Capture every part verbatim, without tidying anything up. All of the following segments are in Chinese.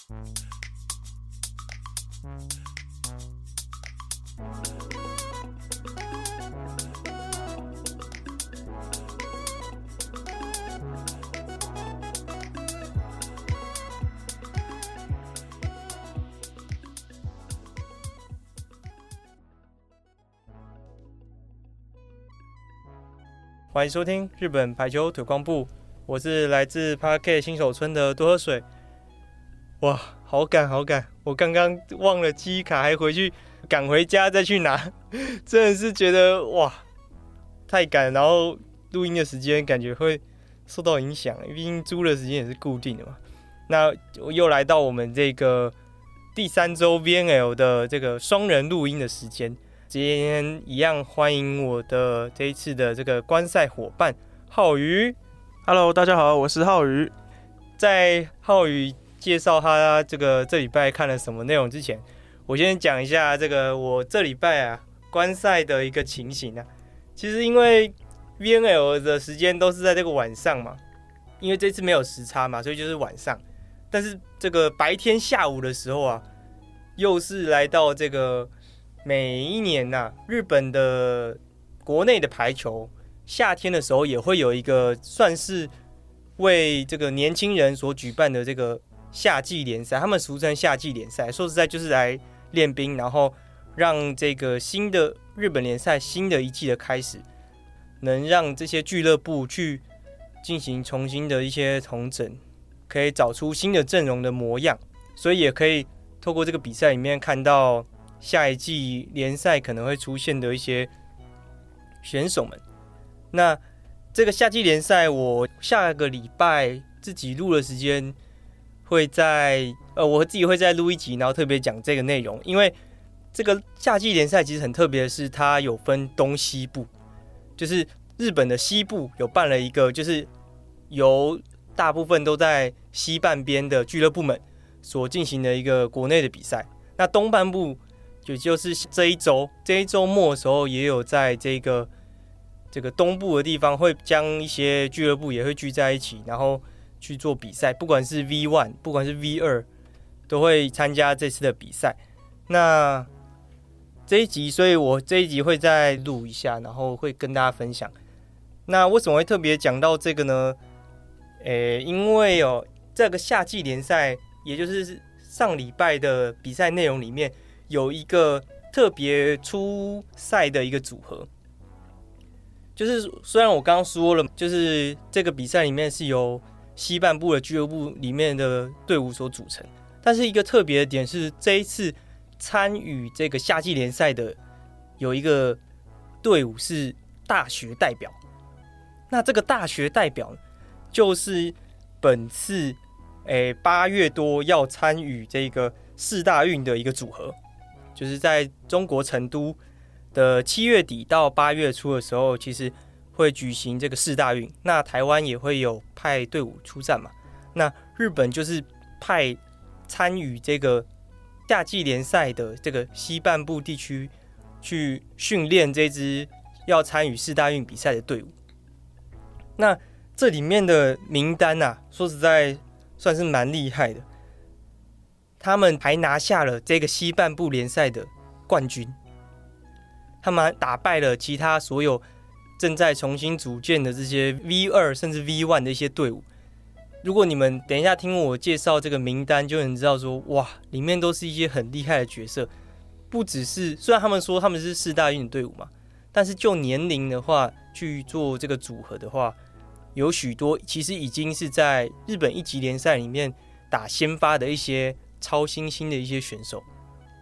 欢迎收听日本排球推广部，我是来自 Park 新手村的多喝水。哇，好赶好赶！我刚刚忘了记忆卡，还回去赶回家再去拿，真的是觉得哇太赶，然后录音的时间感觉会受到影响，毕竟租的时间也是固定的嘛。那又来到我们这个第三周 V N L 的这个双人录音的时间。今天一样欢迎我的这一次的这个观赛伙伴浩宇。 Hello， 大家好，我是浩宇。 在浩宇介绍他这个这礼拜看了什么内容之前，我先讲一下这个我这礼拜啊观赛的一个情形啊。其实因为 V N L 的时间都是在这个晚上嘛，因为这次没有时差嘛，所以就是晚上。但是这个白天下午的时候啊，又是来到这个每一年啊，日本的国内的排球夏天的时候也会有一个算是为这个年轻人所举办的这个夏季联赛，他们俗称夏季联赛。说实在就是来练兵，然后让这个新的日本联赛新的一季的开始，能让这些俱乐部去进行重新的一些统整，可以找出新的阵容的模样，所以也可以透过这个比赛里面看到下一季联赛可能会出现的一些选手们。那这个夏季联赛，我下个礼拜自己录的时间会在呃，我自己会再录一集，然后特别讲这个内容。因为这个夏季联赛其实很特别的是，它有分东西部，就是日本的西部有办了一个，就是由大部分都在西半边的俱乐部们所进行的一个国内的比赛。那东半部也就是这一周，这一周末的时候，也有在这个这个东部的地方，会将一些俱乐部也会聚在一起，然后去做比赛，不管是 V 一， 不管是 V 二， 都会参加这次的比赛。那这一集，所以我这一集会再录一下，然后会跟大家分享。那为什么会特别讲到这个呢？诶，因为哦，这个夏季联赛，也就是上礼拜的比赛内容里面，有一个特别出赛的一个组合，就是虽然我刚刚说了，就是这个比赛里面是由西半部的俱乐部里面的队伍所组成，但是一个特别的点是，这一次参与这个夏季联赛的有一个队伍是大学代表。那这个大学代表就是本次诶八月多要参与这个世大运的一个组合。就是在中国成都的七月底到八月初的时候，其实会举行这个世大运。那台湾也会有派队伍出战嘛。那日本就是派参与这个夏季联赛的这个西半部地区去训练这支要参与世大运比赛的队伍。那这里面的名单啊，说实在算是蛮厉害的。他们还拿下了这个西半部联赛的冠军，他们打败了其他所有正在重新组建的这些 V 二 甚至 V 一 的一些队伍。如果你们等一下听我介绍这个名单，就能知道说，哇，里面都是一些很厉害的角色。不只是，虽然他们说他们是世大运的队伍嘛，但是就年龄的话去做这个组合的话，有许多其实已经是在日本一级联赛里面打先发的一些超新星的一些选手，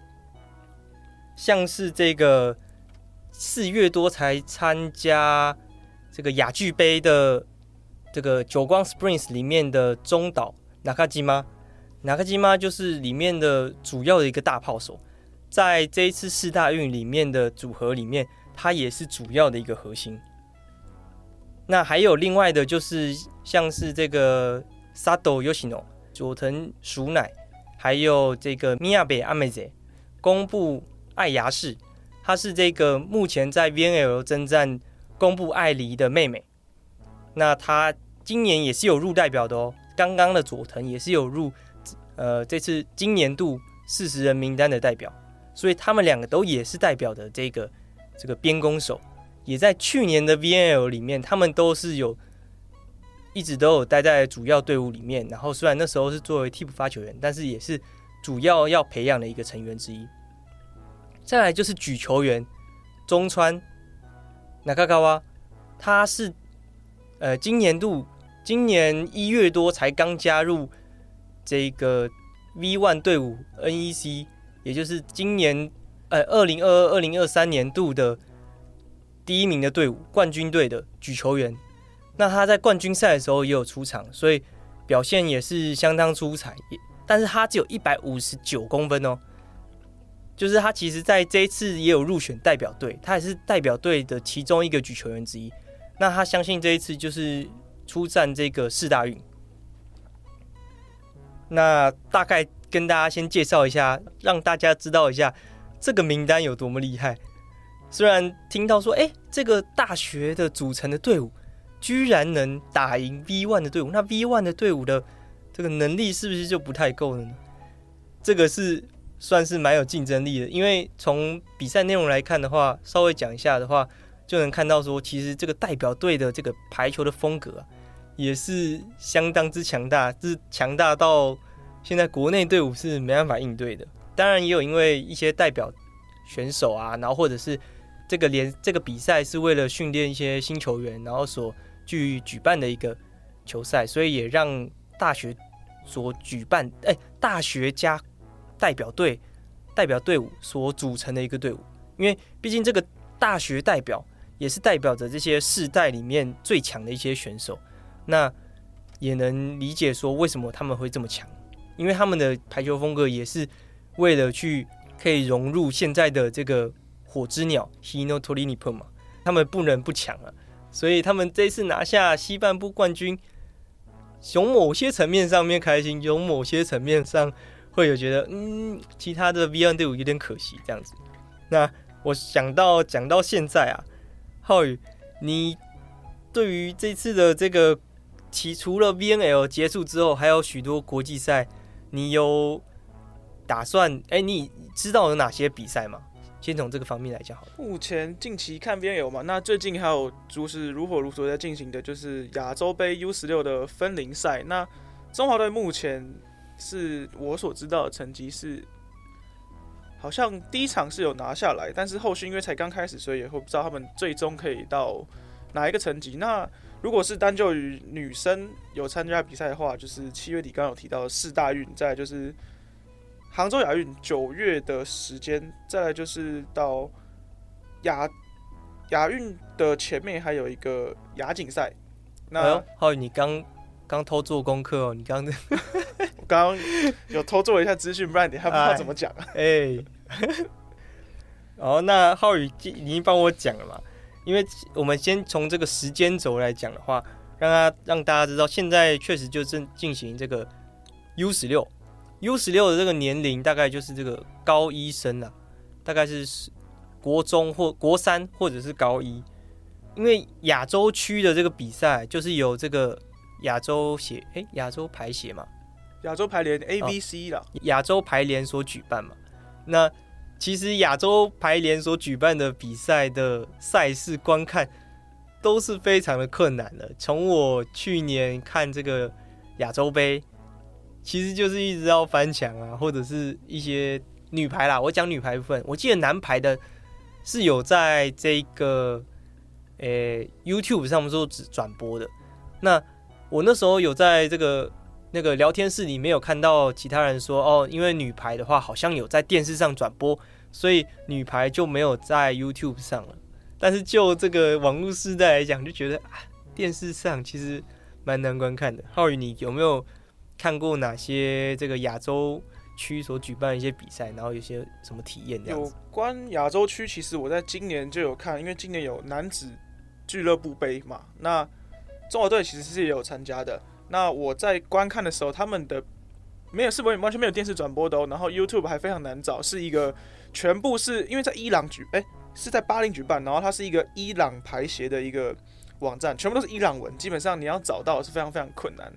像是这个四月多才参加这个亚俱杯的这个久光 Springs 里面的中岛纳卡基玛，纳卡基玛就是里面的主要的一个大炮手，在这一次世大运里面的组合里面，他也是主要的一个核心。那还有另外的就是像是这个 Sato Yoshino 佐藤熟乃，还有这个米亚北阿美泽宫部爱牙士，她是这个目前在 V N L 征战宫部爱梨的妹妹。那她今年也是有入代表的哦， 刚刚的佐藤也是有入呃这次今年度四十人名单的代表，所以他们两个都也是代表的这个这个边攻手，也在去年的 V N L 里面，他们都是有一直都有待在主要队伍里面，然后虽然那时候是作为替补发球员，但是也是主要要培养的一个成员之一。再来就是举球员中川Nakagawa，他是呃今年度今年一月多才刚加入这个 V 一 队伍 N E C， 也就是今年呃二零二二二零二三年度的第一名的队伍冠军队的举球员。那他在冠军赛的时候也有出场，所以表现也是相当出彩，但是他只有一百五十九公分哦。就是他其实在这一次也有入选代表队，他也是代表队的其中一个举球员之一。那他相信这一次就是出战这个世大运。那大概跟大家先介绍一下，让大家知道一下这个名单有多么厉害。虽然听到说，哎、欸，这个大学的组成的队伍居然能打赢 V 一 的队伍，那 V 一 的队伍的这个能力是不是就不太够了呢？这个是算是蛮有竞争力的，因为从比赛内容来看的话，稍微讲一下的话，就能看到说，其实这个代表队的这个排球的风格啊，也是相当之强大，是强大到现在国内队伍是没办法应对的。当然也有因为一些代表选手啊，然后或者是这个联这个比赛是为了训练一些新球员，然后所去举办的一个球赛，所以也让大学所举办，哎、欸，大学加代表队代表队伍所组成的一个队伍。因为毕竟这个大学代表也是代表着这些世代里面最强的一些选手，那也能理解说为什么他们会这么强，因为他们的排球风格也是为了去可以融入现在的这个火之鸟 Hino Tori Nippon 嘛，他们不能不强啊，所以他们这次拿下西半部冠军，从某些层面上面开心，从某些层面上会有觉得，嗯，其他的 V 一 队伍有点可惜这样子。那我想到讲到现在啊，浩宇，你对于这次的这个，其除了 V N L 结束之后，还有许多国际赛，你有打算？哎、欸，你知道有哪些比赛吗？先从这个方面来讲好了。 目前近期看 V N L 嘛，那最近还有就是如火如荼在进行的，就是亚洲杯 U 十六 的分龄赛。那中华队目前是我所知道的成绩是，好像第一场是有拿下来，但是后续因为才刚开始，所以也会不知道他们最终可以到哪一个成绩。那如果是单就于女生有参加比赛的话，就是七月底刚刚有提到的世大运，再来就是杭州亚运九月的时间，再来就是到亚亚运的前面还有一个亚锦赛。那浩宇、哎，你刚刚偷做功课哦，你刚我刚刚有偷做了一下资讯，不然你还不知道怎么讲啊。 哎，哦，那浩宇你已经帮我讲了嘛？因为我们先从这个时间轴来讲的话，让他让大家知道，现在确实就正进行这个 U 十六。U 十六 的这个年龄大概就是这个高一生啊，大概是国中或国三或者是高一。因为亚洲区的这个比赛就是由这个亚洲协哎亚洲排协嘛， 亚洲排联 A B C 啦， 亚洲排联所举办嘛。那其实亚洲排联所举办的比赛的赛事观看都是非常的困难的。从我去年看这个亚洲杯，其实就是一直要翻墙啊，或者是一些女排啦。我讲女排部分，我记得男排的是有在这个诶 YouTube 上面做转播的。那我那时候有在这个那个聊天室里面有看到其他人说，哦，因为女排的话好像有在电视上转播，所以女排就没有在 YouTube 上了。但是就这个网络时代来讲，就觉得啊，电视上其实蛮难观看的。浩宇，你有没有看过哪些这个亚洲区所举办的一些比赛，然后有些什么体验这样子？ 有关亚洲区，其实我在今年就有看，因为今年有男子俱乐部杯嘛，那中华队其实是也有参加的。那我在观看的时候，他们的没有是完全没有电视转播的哦，然后 YouTube 还非常难找，是一个全部是因为在伊朗举，哎、欸，是在巴林举办，然后它是一个伊朗排协的一个网站，全部都是伊朗文，基本上你要找到是非常非常困难的。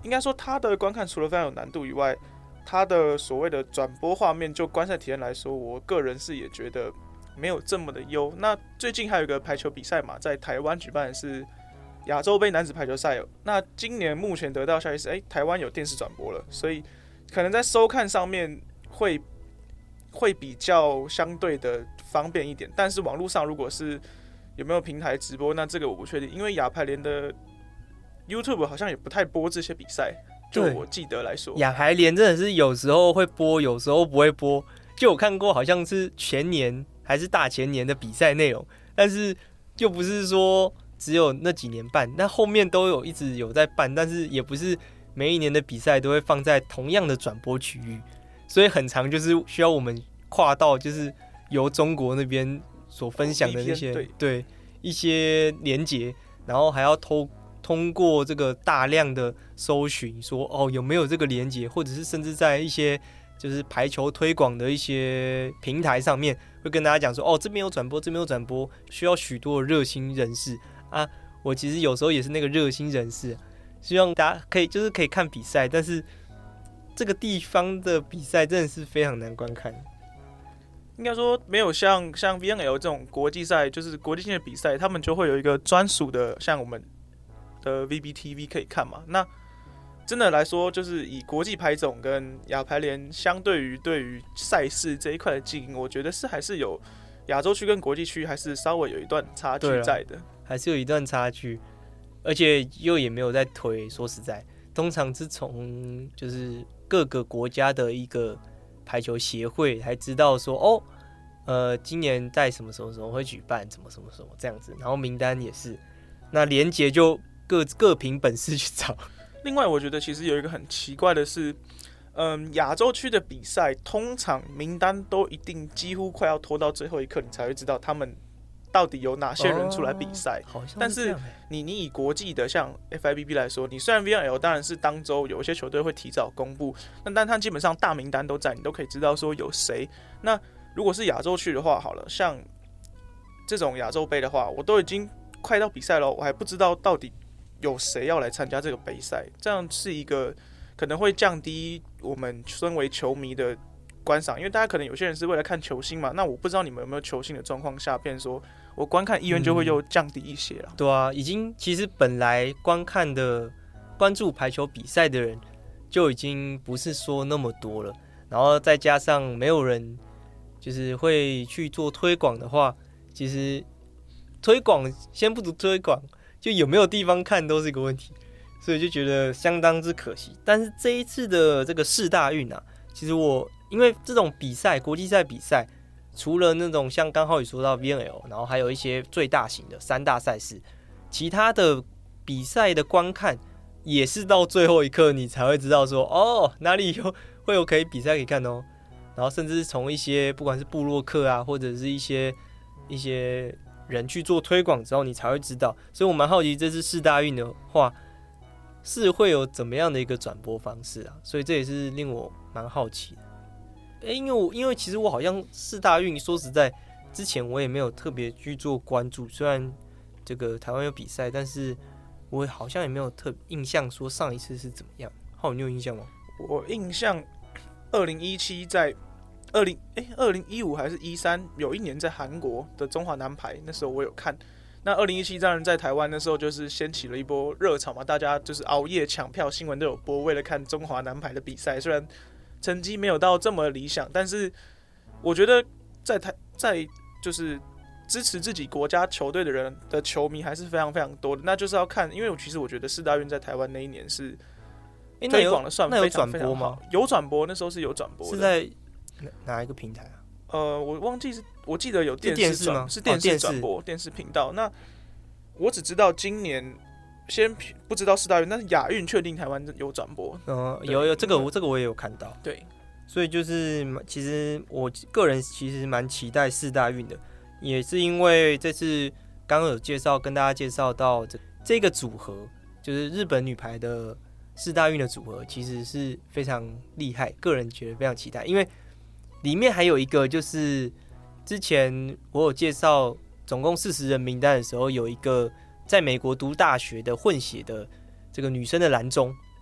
应该说它的观看除了非常有难度以外，它的所谓的转播画面，就观赛体验来说，我个人是也觉得没有这么的优。那最近还有一个排球比赛嘛，在台湾举办的是亚洲杯男子排球赛。那今年目前得到消息是，哎，台湾有电视转播了，所以可能在收看上面会会比较相对的方便一点。但是网络上如果是有没有平台直播，那这个我不确定，因为亚排联的 YouTube 好像也不太播这些比赛。就我记得来说， 亚排联真的是有时候会播，有时候不会播。就我看过，好像是前年还是大前年的比赛内容，但是就不是说只有那几年办，那后面都有一直有在办，但是也不是每一年的比赛都会放在同样的转播区域，所以很常就是需要我们跨到就是由中国那边所分享的那些、哦、对, 对一些连结，然后还要通通过这个大量的搜寻说哦有没有这个连结，或者是甚至在一些就是排球推广的一些平台上面会跟大家讲说哦这边有转播这边有转播，需要许多热心人士啊。我其实有时候也是那个热心人士，希望大家可以就是可以看比赛，但是这个地方的比赛真的是非常难观看。 应该说没有像像 V N L 这种国际赛，就是国际性的比赛，他们就会有一个专属的像我们的 V B T V 可以看嘛。那真的来说，就是以国际排总跟亚排联相对于对于赛事这一块的经营，我觉得是还是有亚洲区跟国际区还是稍微有一段差距在的， 还是有一段差距，而且又也没有在推。说实在，通常是从就是各个国家的一个排球协会才知道说哦，呃，今年在什么什么时候会举办，什么什么什么这样子，然后名单也是，那连结就各各凭本事去找。 另外，我觉得其实有一个很奇怪的是，嗯，亚洲区的比赛通常名单都一定几乎快要拖到最后一刻，你才会知道他们到底有哪些人出来比赛。 哦、 但是你你以国际的像 F I B B 来说，你虽然 V N L 当然是当周有一些球队会提早公布，但但它基本上大名单都在，你都可以知道说有谁。那如果是亚洲区的话，好了，像这种亚洲杯的话，我都已经快到比赛了，我还不知道到底有谁要来参加这个杯赛，这样是一个可能会降低我们身为球迷的观赏，因为大家可能有些人是为了看球星嘛，那我不知道你们有没有球星的状况下，变成说我观看意愿就会又降低一些了、嗯。 对啊，已经其实本来观看的关注排球比赛的人就已经不是说那么多了，然后再加上没有人就是会去做推广的话，其实推广先不读推广，就有没有地方看都是一个问题，所以就觉得相当之可惜。但是这一次的这个世大运啊，其实我因为这种比赛国际赛比赛，除了那种像刚浩宇说到 V N L， 然后还有一些最大型的三大赛事，其他的比赛的观看也是到最后一刻你才会知道说哦哪里有会有可以比赛可以看哦，然后甚至从一些不管是部落客啊，或者是一些一些人去做推广之后，你才会知道。所以我蛮好奇这次世大运的话是会有怎么样的一个转播方式啊？所以这也是令我蛮好奇的。欸、因为我因为其实我好像世大运说实在之前我也没有特别去做关注，虽然这个台湾有比赛，但是我好像也没有特印象说上一次是怎么样。浩，你有印象吗？ 我印象二零一七在二零哎二零一五还是一三有一年在韩国的中华男排，那时候我有看。那二零一七当然在台湾那时候就是掀起了一波热潮嘛，大家就是熬夜抢票，新闻都有播，为了看中华男排的比赛。虽然成绩没有到这么理想，但是我觉得在台在就是支持自己国家球队的人的球迷还是非常非常多的。那就是要看，因为我其实我觉得世大运在台湾那一年是推广的算非常非常好，有转播，那时候是有转播的。 是在哪一个平台啊？ 呃，我忘记是，我记得有电视转，是电视转播、哦、电视频道。那我只知道今年先不知道世大运，但是亚运确定台湾有转播。 嗯、呃，有有这个我这个我也有看到。 对， 所以就是其实我个人其实蛮期待世大运的，也是因为这次刚刚有介绍跟大家介绍到这这个组合，就是日本女排的世大运的组合，其实是非常厉害，个人觉得非常期待，因为里面还有一个就是之前我有介绍总共四十人名单的时候，有一个在美国读大学的混血的这个女生的蓝中，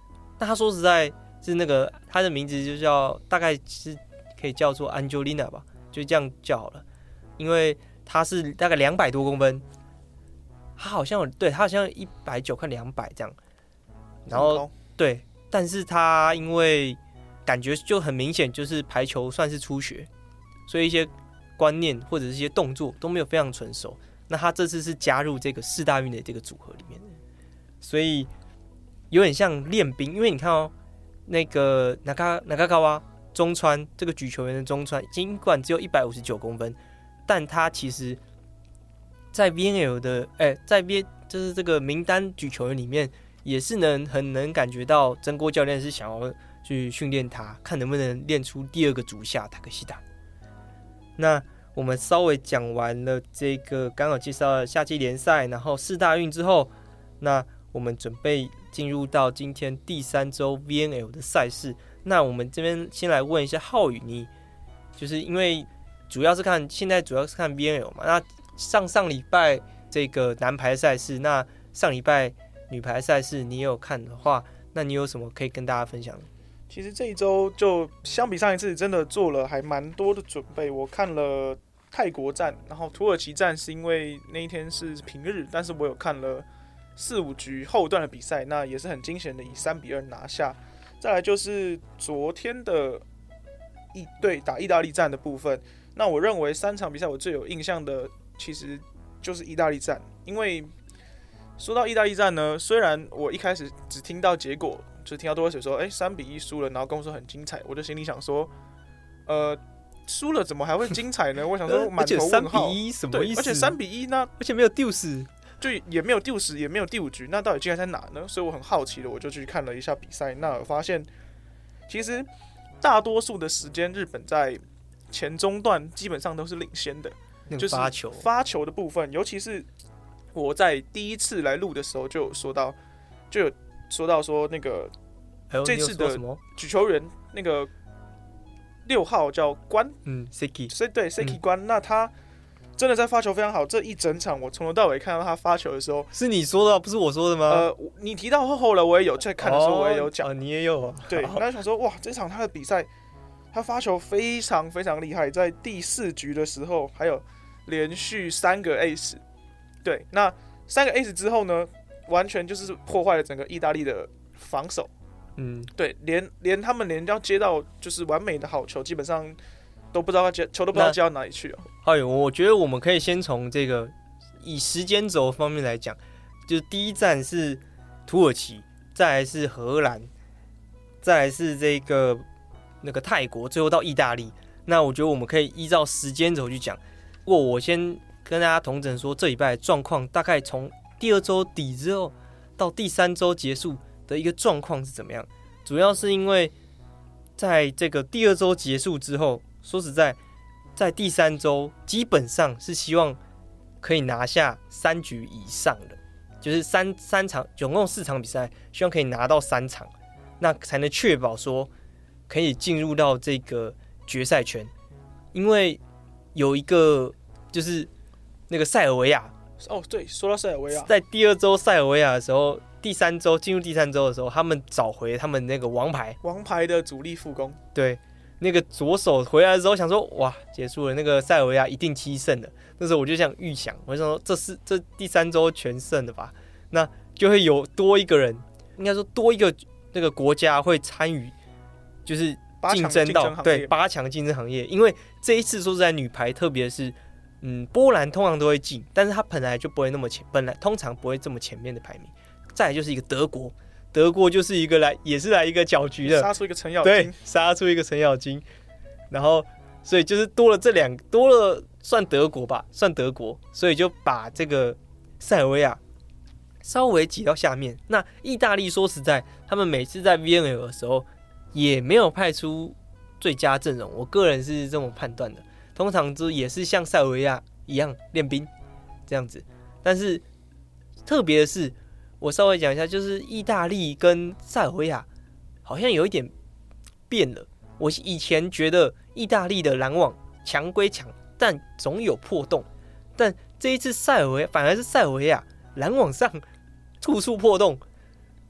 那他说实在是那个他的名字就叫大概是可以叫做 Angelina 吧，就这样叫好了，因为他是大概两百多公分，他好像有对他好像一百九看两百这样，然后对，但是他因为感觉就很明显就是排球算是初学，所以一些观念或者是一些动作都没有非常纯熟。那他这次是加入这个世大运的这个组合里面，所以有点像练兵。因为你看哦，那个那卡那卡卡哇中川这个举球员的中川，尽管只有一百五十九公分，但他其实在 V N L 的哎、欸，在 V 就是这个名单举球员里面，也是能很能感觉到真锅教练是想要去训练他，看能不能练出第二个足下塔克西达。那我们稍微讲完了这个刚好介绍了夏季联赛，然后世大运之后，那我们准备进入到今天第三周 V N L 的赛事。那我们这边先来问一下浩宇，你就是因为主要是看现在主要是看 V N L 嘛，那上上礼拜这个男排赛事，那上礼拜女排赛事你也有看的话，那你有什么可以跟大家分享的？ 其实这一周就相比上一次真的做了还蛮多的准备，我看了泰国站，然后土耳其站是因为那一天是平日，但是我有看了四五局后段的比赛，那也是很惊险的以三比二拿下。再来就是昨天的意对打意大利站的部分，那我认为三场比赛我最有印象的其实就是意大利站，因为说到意大利站呢，虽然我一开始只听到结果，就听到多尔水说，哎，三比一输了，然后跟我说很精彩，我就心里想说，呃，输了怎么还会精彩呢？我想说满头问号。 而且三比一什么意思？ 而且三比一呢， 而且没有丢死， 就也没有第十，也没有第五局，那到底精彩在哪呢？所以我很好奇的，我就去看了一下比赛。那我发现，其实大多数的时间，日本在前中段基本上都是领先的，就是发球发球的部分，尤其是我在第一次来录的时候就有说到，就有说到说那个这次的举球员那个六号叫关， 嗯 ，Seki， 对 Seki 关、嗯，那他真的在发球非常好。这一整场我从头到尾看到他发球的时候，是你说的，不是我说的吗？ 呃，你提到后了，我也有在看的时候，我也有讲、 哦哦，你也有啊。 对，那想说哇，这场他的比赛，他发球非常非常厉害，在第四局的时候还有连续三个 ace， 对，那三个 ace 之后呢，完全就是破坏了整个意大利的防守。嗯，对，连连他们连要接到就是完美的好球，基本上都不知道接球都不知道接到哪里去哦。 哎，我觉得我们可以先从这个以时间轴方面来讲，就是第一站是土耳其，再来是荷兰，再来是这个那个泰国，最后到意大利。那我觉得我们可以依照时间轴去讲。不过我先跟大家统整说，这礼拜的状况大概从第二周底之后到第三周结束的一个状况是怎么样？主要是因为在这个第二周结束之后，说实在，在第三周基本上是希望可以拿下三局以上的，就是三三场，总共四场比赛，希望可以拿到三场，那才能确保说可以进入到这个决赛圈。因为有一个就是那个塞尔维亚， 哦，对，说到塞尔维亚， 在第二周塞尔维亚的时候。第三周进入第三周的时候，他们找回他们那个王牌， 王牌的主力副攻。 对，那个左手回来的时候，想说哇，结束了，那个塞尔维亚一定七胜了。那时候我就想预想，我就想说这是这第三周全胜了吧？那就会有多一个人，应该说多一个那个国家会参与，就是竞争到对八强竞争行业。因为这一次说实在，女排特别是嗯，波兰通常都会进，但是她本来就不会那么前，本来通常不会这么前面的排名。再来就是一个德国，德国就是一个来也是来一个搅局的， 杀出一个程咬金， 对，杀出一个程咬金，然后所以就是多了这两多了算德国吧，算德国，所以就把这个塞尔维亚稍微挤到下面。那意大利说实在，他们每次在 V N L 的时候也没有派出最佳阵容，我个人是这么判断的，通常就也是像塞尔维亚一样练兵这样子，但是特别的是。我稍微讲一下，就是意大利跟塞尔维亚好像有一点变了。我以前觉得意大利的拦网强归强，但总有破洞。但这一次塞尔维亚反而是塞尔维亚拦网上处处破洞，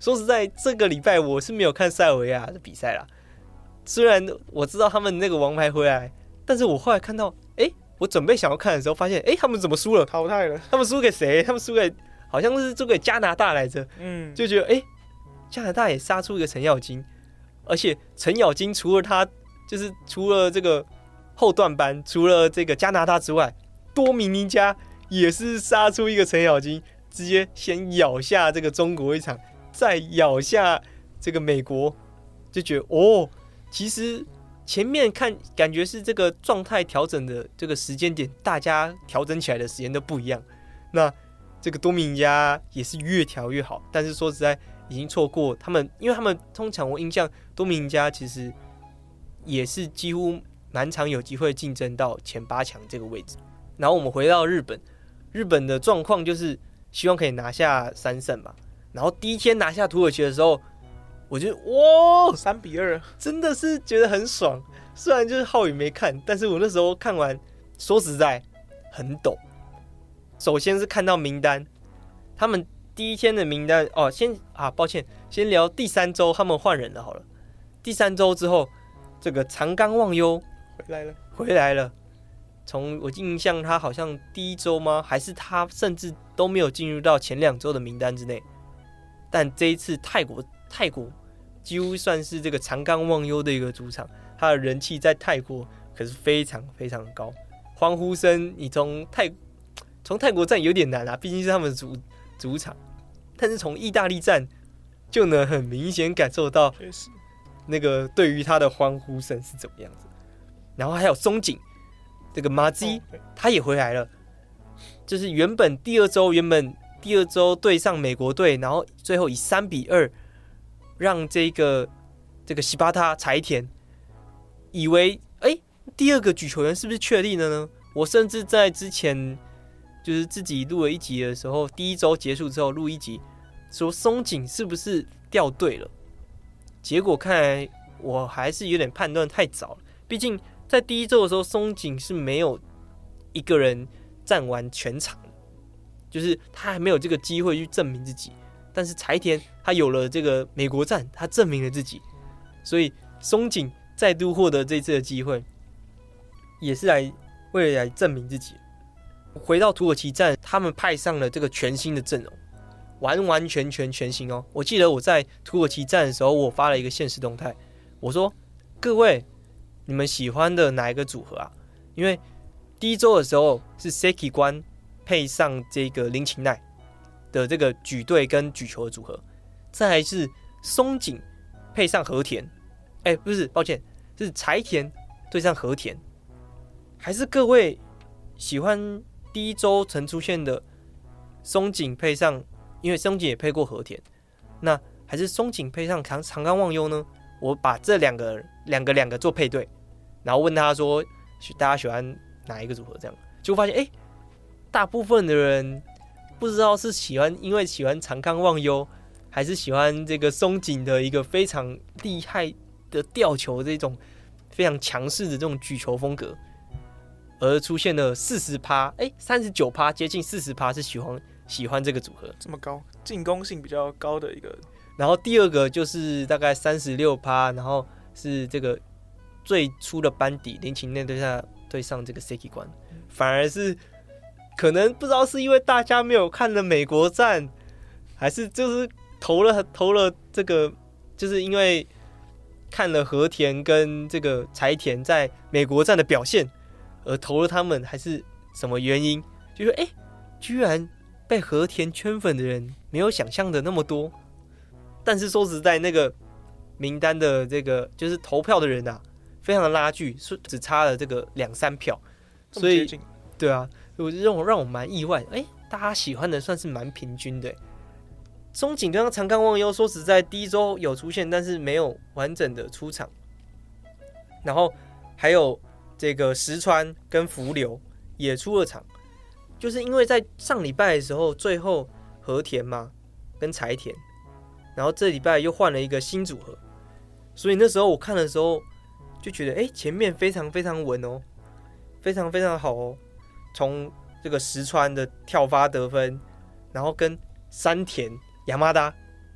说实在，这个礼拜我是没有看塞尔维亚的比赛啦。虽然我知道他们那个王牌回来，但是我后来看到，哎、欸，我准备想要看的时候，发现，哎、欸，他们怎么输了？ 淘汰了。 他们输给谁？他们输给好像是输给加拿大来着。嗯，就觉得，哎、欸，加拿大也杀出一个程咬金，而且程咬金除了他，就是除了这个后段班，除了这个加拿大之外，多米尼加也是杀出一个程咬金，直接先咬下这个中国一场，再咬下这个美国，就觉得哦，其实前面看感觉是这个状态调整的这个时间点，大家调整起来的时间都不一样。那这个多米尼加也是越调越好，但是说实在已经错过他们，因为他们通常我印象多米尼加其实也是几乎蛮常有机会竞争到前八强这个位置。然后我们回到日本，日本的状况就是希望可以拿下三胜嘛。然后第一天拿下土耳其的时候，我觉得哇， 三比二， 真的是觉得很爽。虽然就是浩宇没看，但是我那时候看完，说实在很抖。首先是看到名单，他们第一天的名单哦，先啊，抱歉，先聊第三周他们换人了好了。第三周之后，这个长冈望优回来了， 回来了。从我印象，他好像第一周吗？还是他甚至都没有进入到前两周的名单之内。但这一次泰国，泰国几乎算是这个长冈望优的一个主场，他的人气在泰国可是非常非常高，欢呼声你从泰从泰国站有点难啊，毕竟是他们的 主, 主场，但是从意大利站就能很明显感受到那个对于他的欢呼声是怎么样子。然后还有松井。这个马基他也回来了，就是原本第二周原本第二周对上美国队，然后最后以三比二让这个这个西巴塔柴田以为哎第二个举球员是不是确定了呢？我甚至在之前就是自己录了一集的时候，第一周结束之后录一集，说松井是不是掉队了？结果看来我还是有点判断太早了，毕竟。在第一周的时候，松井是没有一个人站完全场的，就是他还没有这个机会去证明自己。但是柴田他有了这个美国站，他证明了自己，所以松井再度获得这次的机会，也是来为了来证明自己。回到土耳其站，他们派上了这个全新的阵容，完完全全全新哦。我记得我在土耳其站的时候，我发了一个限时动态，我说各位。你们喜欢的哪一个组合啊？因为第一周的时候是 Seki 关配上这个林琴奈的这个举队跟举球的组合，再来是松井配上和田，哎、欸，不是，抱歉，是柴田对上和田，还是各位喜欢第一周曾出现的松井配上，因为松井也配过和田，那还是松井配上长长冈望优呢？我把这两个两个两个做配对，然后问他说大家喜欢哪一个组合？这样就发现，哎、欸，大部分的人不知道是喜欢因为喜欢长冈望优，还是喜欢这个松井的一个非常厉害的吊球这种非常强势的这种举球风格，而出现了四十趴，哎，三十九趴，接近四十趴是喜欢喜欢这个组合， 这么高，进攻性比较高的一个。 然后第二个就是大概三十六趴，然后是这个最初的班底林琴内对上对上这个 Seki 关，反而是可能不知道是因为大家没有看了美国站，还是就是投了投了这个，就是因为看了和田跟这个柴田在美国站的表现而投了他们，还是什么原因？就是哎，居然被和田圈粉的人没有想象的那么多。但是说实在，那个名单的这个就是投票的人啊，非常的拉锯，只差了这个两三票，所以对啊，我让我让我蛮意外，哎、欸，大家喜欢的算是蛮平均的。松井跟长冈望优说实在第一周有出现，但是没有完整的出场。然后还有这个石川跟福流也出了场，就是因为在上礼拜的时候，最后和田嘛跟柴田。然后这礼拜又换了一个新组合，所以那时候我看的时候就觉得，哎，前面非常非常稳哦，非常非常好哦。从这个石川的跳发得分，然后跟山田、亚麻达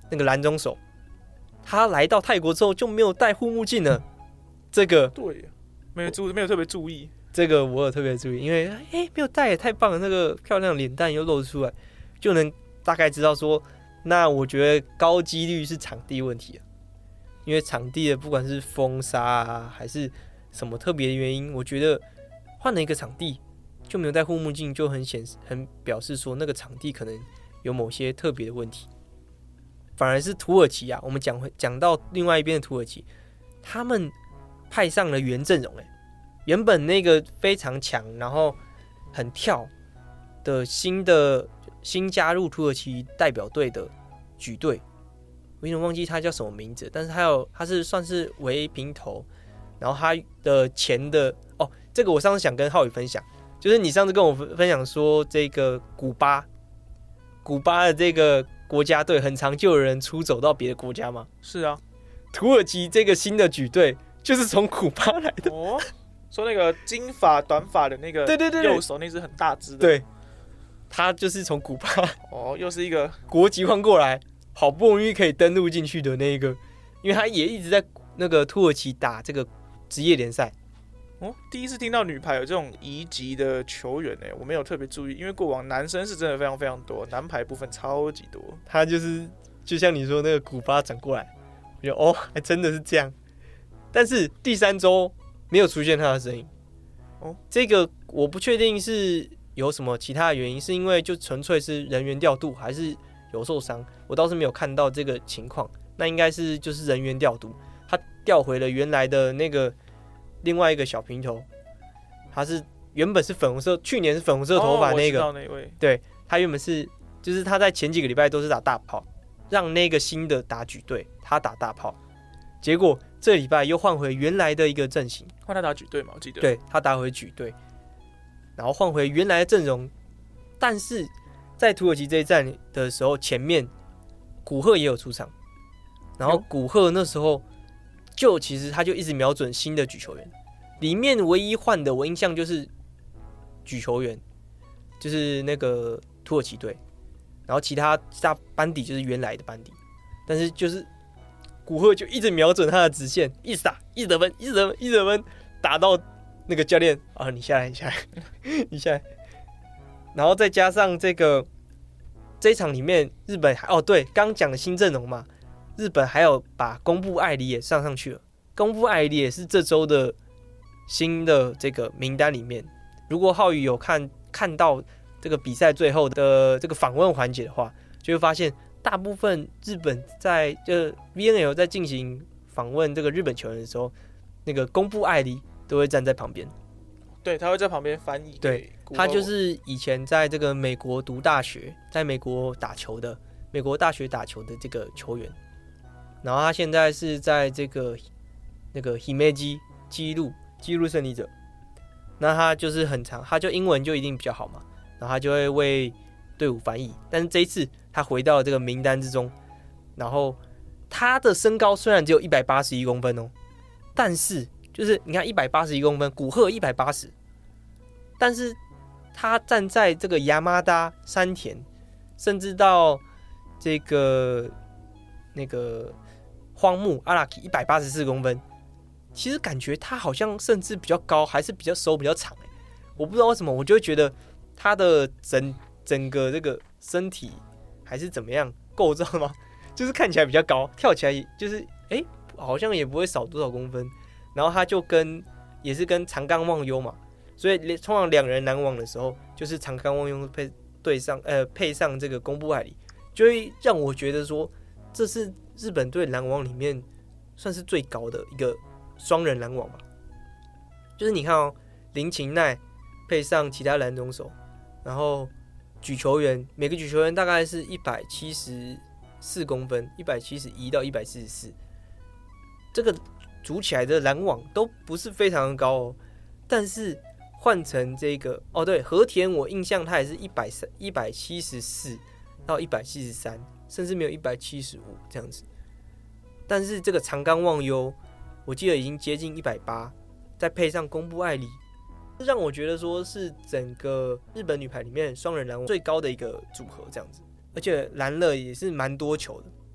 那个蓝中手，他来到泰国之后就没有戴护目镜了。这个对，没有注没有特别注意。 这个我有特别注意，因为哎、欸、没有戴也太棒了，那个漂亮的脸蛋又露出来，就能大概知道说，那我觉得高几率是场地问题啊，因为场地的不管是风沙啊还是什么特别的原因，我觉得换了一个场地就没有戴护目镜，就很显很表示说那个场地可能有某些特别的问题。反而是土耳其啊，我们讲讲到另外一边的土耳其，他们派上了原阵容哎。原本那个非常强，然后很跳的新的新加入土耳其代表队的举队，我有点忘记他叫什么名字，但是他有他是算是为平头，然后他的前的哦，这个我上次想跟浩宇分享，就是你上次跟我分享说这个古巴，古巴的这个国家队很常就有人出走到别的国家吗？ 是啊， 土耳其这个新的举队就是从古巴来的哦。说那个金发短发的那个， 对对对， 右手那只很大只的， 对，他就是从古巴哦，又是一个国籍换过来，好不容易可以登陆进去的那一个，因为他也一直在那个土耳其打这个职业联赛。 哦，第一次听到女排有这种移籍的球员诶，我没有特别注意，因为过往男生是真的非常非常多，男排部分超级多。 他就是就像你说那个古巴转过来，我觉得哦，还真的是这样。但是第三周没有出现他的身影，哦，这个我不确定是有什么其他的原因，是因为就纯粹是人员调度，还是有受伤？我倒是没有看到这个情况，那应该是就是人员调度，他调回了原来的那个另外一个小平头，他是原本是粉红色，去年是粉红色头发那个， 哦，我知道那位， 对，他原本是就是他在前几个礼拜都是打大炮，让那个新的打举队，他打大炮，结果这礼拜又换回原来的一个阵型， 换他打举队嘛，我记得。 对，他打回举队，然后换回原来的阵容。但是在土耳其这一战的时候，前面古贺也有出场，然后古贺那时候就其实他就一直瞄准新的举球员，里面唯一换的我印象就是举球员，就是那个土耳其队，然后其他大班底就是原来的班底，但是就是。古贺就一直瞄准他的直线，一直打，一直得分，一直得分，一直得分，打到那个教练啊，你下来，你下来，你下来。然后再加上这个这一场里面，日本哦对，刚讲的新阵容嘛，日本还有把宫部爱梨也上上去了。宫部爱梨也是这周的新的这个名单里面。如果浩宇有看看到这个比赛最后的这个访问环节的话，就会发现。大部分日本在就 V N L 在进行访问这个日本球员的时候，那个宫部爱梨都会站在旁边， 对，他会在旁边翻译。 对，他就是以前在这个美国读大学，在美国打球的，美国大学打球的这个球员，然后他现在是在这个那个 Himeji 纪录纪录胜利者，那他就是很长，他就英文就一定比较好嘛，然后他就会为队伍翻译，但是这一次他回到了这个名单之中，然后他的身高虽然只有一百八十一公分哦，但是就是你看一百八十一公分，古贺一百八十，但是他站在这个亚麻达、山田，甚至到这个那个荒木阿拉基一百八十四公分，其实感觉他好像甚至比较高，还是比较手比较长哎，我不知道为什么，我就会觉得他的整整个这个身体还是怎么样构造吗？就是看起来比较高，跳起来就是哎、欸，好像也不会少多少公分。然后他就跟也是跟长冈望优嘛，所以通常两人拦网的时候，就是长冈望优配对上呃配上这个宫部爱梨，就会让我觉得说这是日本队拦网里面算是最高的一个双人拦网吧。就是你看哦，林琴奈配上其他拦中手，然后。举球员每个举球员大概是一百七十四公分，一百七十一到一百四十四，这个组起来的拦网都不是非常的高哦。但是换成这个哦，对，和田我印象他也是一百一百七十四到一百七十三，甚至没有一百七十五这样子。但是这个长冈望优，我记得已经接近一百八，再配上宫部爱梨。让我觉得说是整个日本女排里面双人拦网最高的一个组合这样子，而且拦了也是蛮多球的，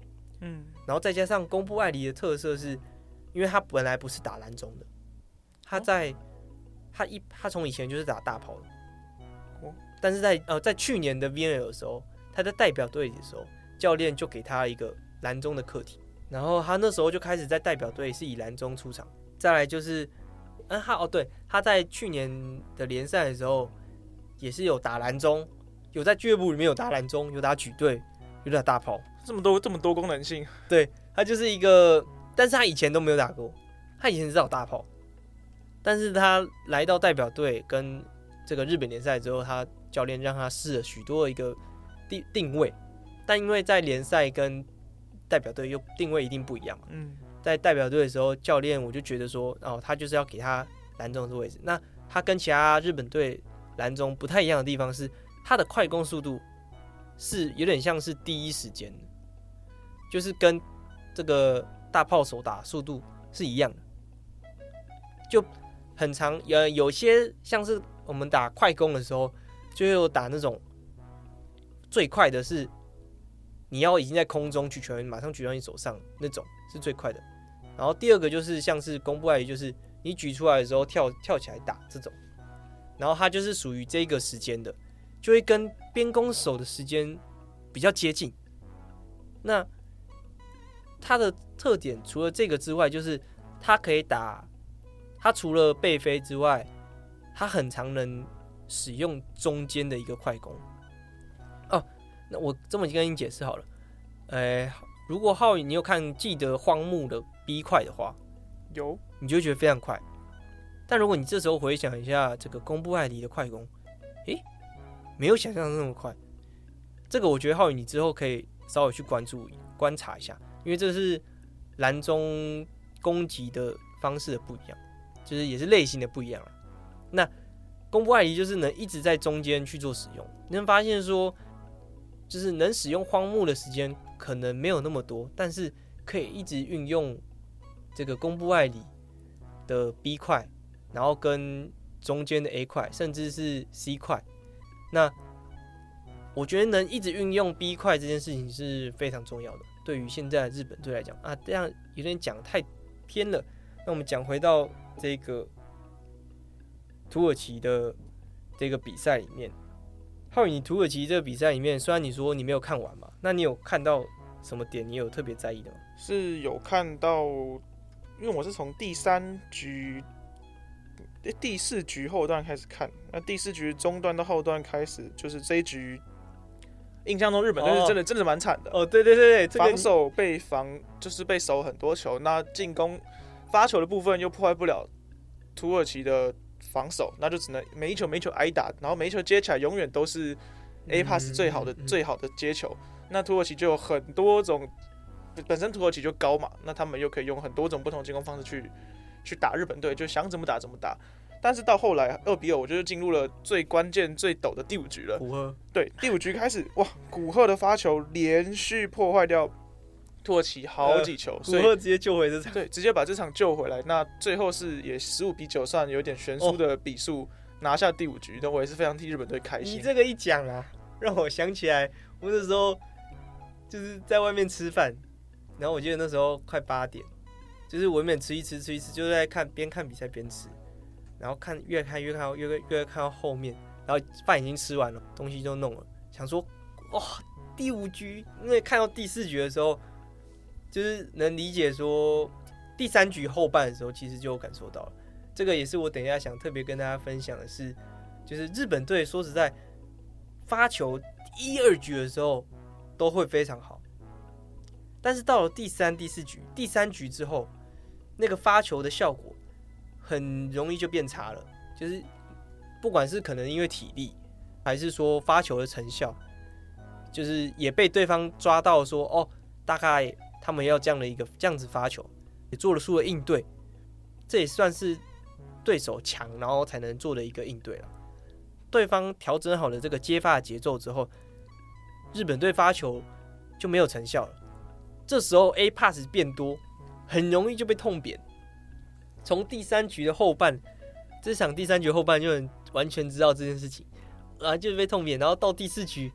嗯， 然后再加上宫部爱梨的特色是，因为他本来不是打蓝中的，他在、哦、他一他从以前就是打大炮的，哦、但是在呃在去年的 V N L 的时候，他在代表队的时候，教练就给他一个蓝中的课题，然后他那时候就开始在代表队是以蓝中出场。再来就是，嗯，他哦对，他在去年的联赛的时候也是有打蓝中，有在俱乐部里面有打蓝中，有打举队，有打大炮， 这么多这么多功能性。 对，他就是一个，但是他以前都没有打过，他以前是打大炮，但是他来到代表队跟这个日本联赛之后，他教练让他试了许多的一个定定位，但因为在联赛跟代表队又定位一定不一样嘛，嗯。在代表队的时候，教练我就觉得说，哦，他就是要给他蓝中的位置。那他跟其他日本队蓝中不太一样的地方是，他的快攻速度是有点像是第一时间，就是跟这个大炮手打速度是一样的，就很长。呃，有些像是我们打快攻的时候，就有打那种最快的是你要已经在空中举球，马上举到你手上那种是最快的。然后第二个就是像是宫部爱梨，就是你举出来的时候跳跳起来打这种，然后它就是属于这个时间的，就会跟边攻手的时间比较接近。那它的特点除了这个之外，就是它可以打，它除了背飞之外，它很常能使用中间的一个快攻。哦，那我这么跟你解释好了，呃，如果浩宇你有看记得荒木的 B 快的话， 有，你就会觉得非常快。但如果你这时候回想一下这个宫部爱梨的快攻，诶，没有想象的那么快。这个我觉得浩宇你之后可以稍微去关注观察一下，因为这是蓝中攻击的方式的不一样，就是也是类型的不一样了。那宫部爱梨就是能一直在中间去做使用，你能发现说，就是能使用荒木的时间可能没有那么多，但是可以一直运用这个宫部爱梨的 B 快，然后跟中间的 A 快，甚至是 C 快。那我觉得能一直运用 B 快这件事情是非常重要的，对于现在的日本队来讲啊，这样有点讲太偏了。那我们讲回到这个土耳其的这个比赛里面，浩宇，你土耳其这个比赛里面，虽然你说你没有看完嘛，那你有看到什么点你有特别在意的吗？ 是有看到，因为我是从第三局、第四局后段开始看，那第四局中段到后段开始，就是这一局，印象中日本队是真的、哦、真的蛮惨的。 哦，对对对对，这个、 防守被防就是被守很多球，那进攻发球的部分又破坏不了土耳其的防守，那就只能每一球每一球挨打，然后每一球接起来永远都是 A pass 最好的、嗯嗯、最好的接球。那土耳其就有很多种，本身土耳其就高嘛，那他们又可以用很多种不同进攻方式去去打日本队，就想怎么打怎么打。但是到后来二比二，我觉得进入了最关键最陡的第五局了。 古贺对第五局开始，哇，古贺的发球连续破坏掉土耳其好几球， 呃、古贺直接救回这场， 对，直接把这场救回来。那最后是也十五比九算有点悬殊的比数、哦、拿下第五局，那我也是非常替日本队开心。 你这个一讲啊，让我想起来，我那时候就是在外面吃饭，然后我记得那时候快八点，就是我原本吃一吃吃一吃，就是在看边看比赛边吃，然后看越看越看到越越看到后面，然后饭已经吃完了，东西就弄了，想说哇、哦、第五局，因为看到第四局的时候。就是能理解说，第三局后半的时候，其实就有感受到了。这个也是我等一下想特别跟大家分享的是，就是日本队说实在，发球一二局的时候都会非常好，但是到了第三、第四局、第三局之后，那个发球的效果很容易就变差了。就是不管是可能因为体力，还是说发球的成效，就是也被对方抓到说，哦，大概。他们要这样的一个这样子发球，也做了出了应对，这也算是对手强，然后才能做的一个应对了。对方调整好了这个接发的节奏之后，日本队发球就没有成效了。这时候 A pass 变多，很容易就被痛扁。从第三局的后半，这场第三局后半就能完全知道这件事情，啊，就被痛扁。然后到第四局，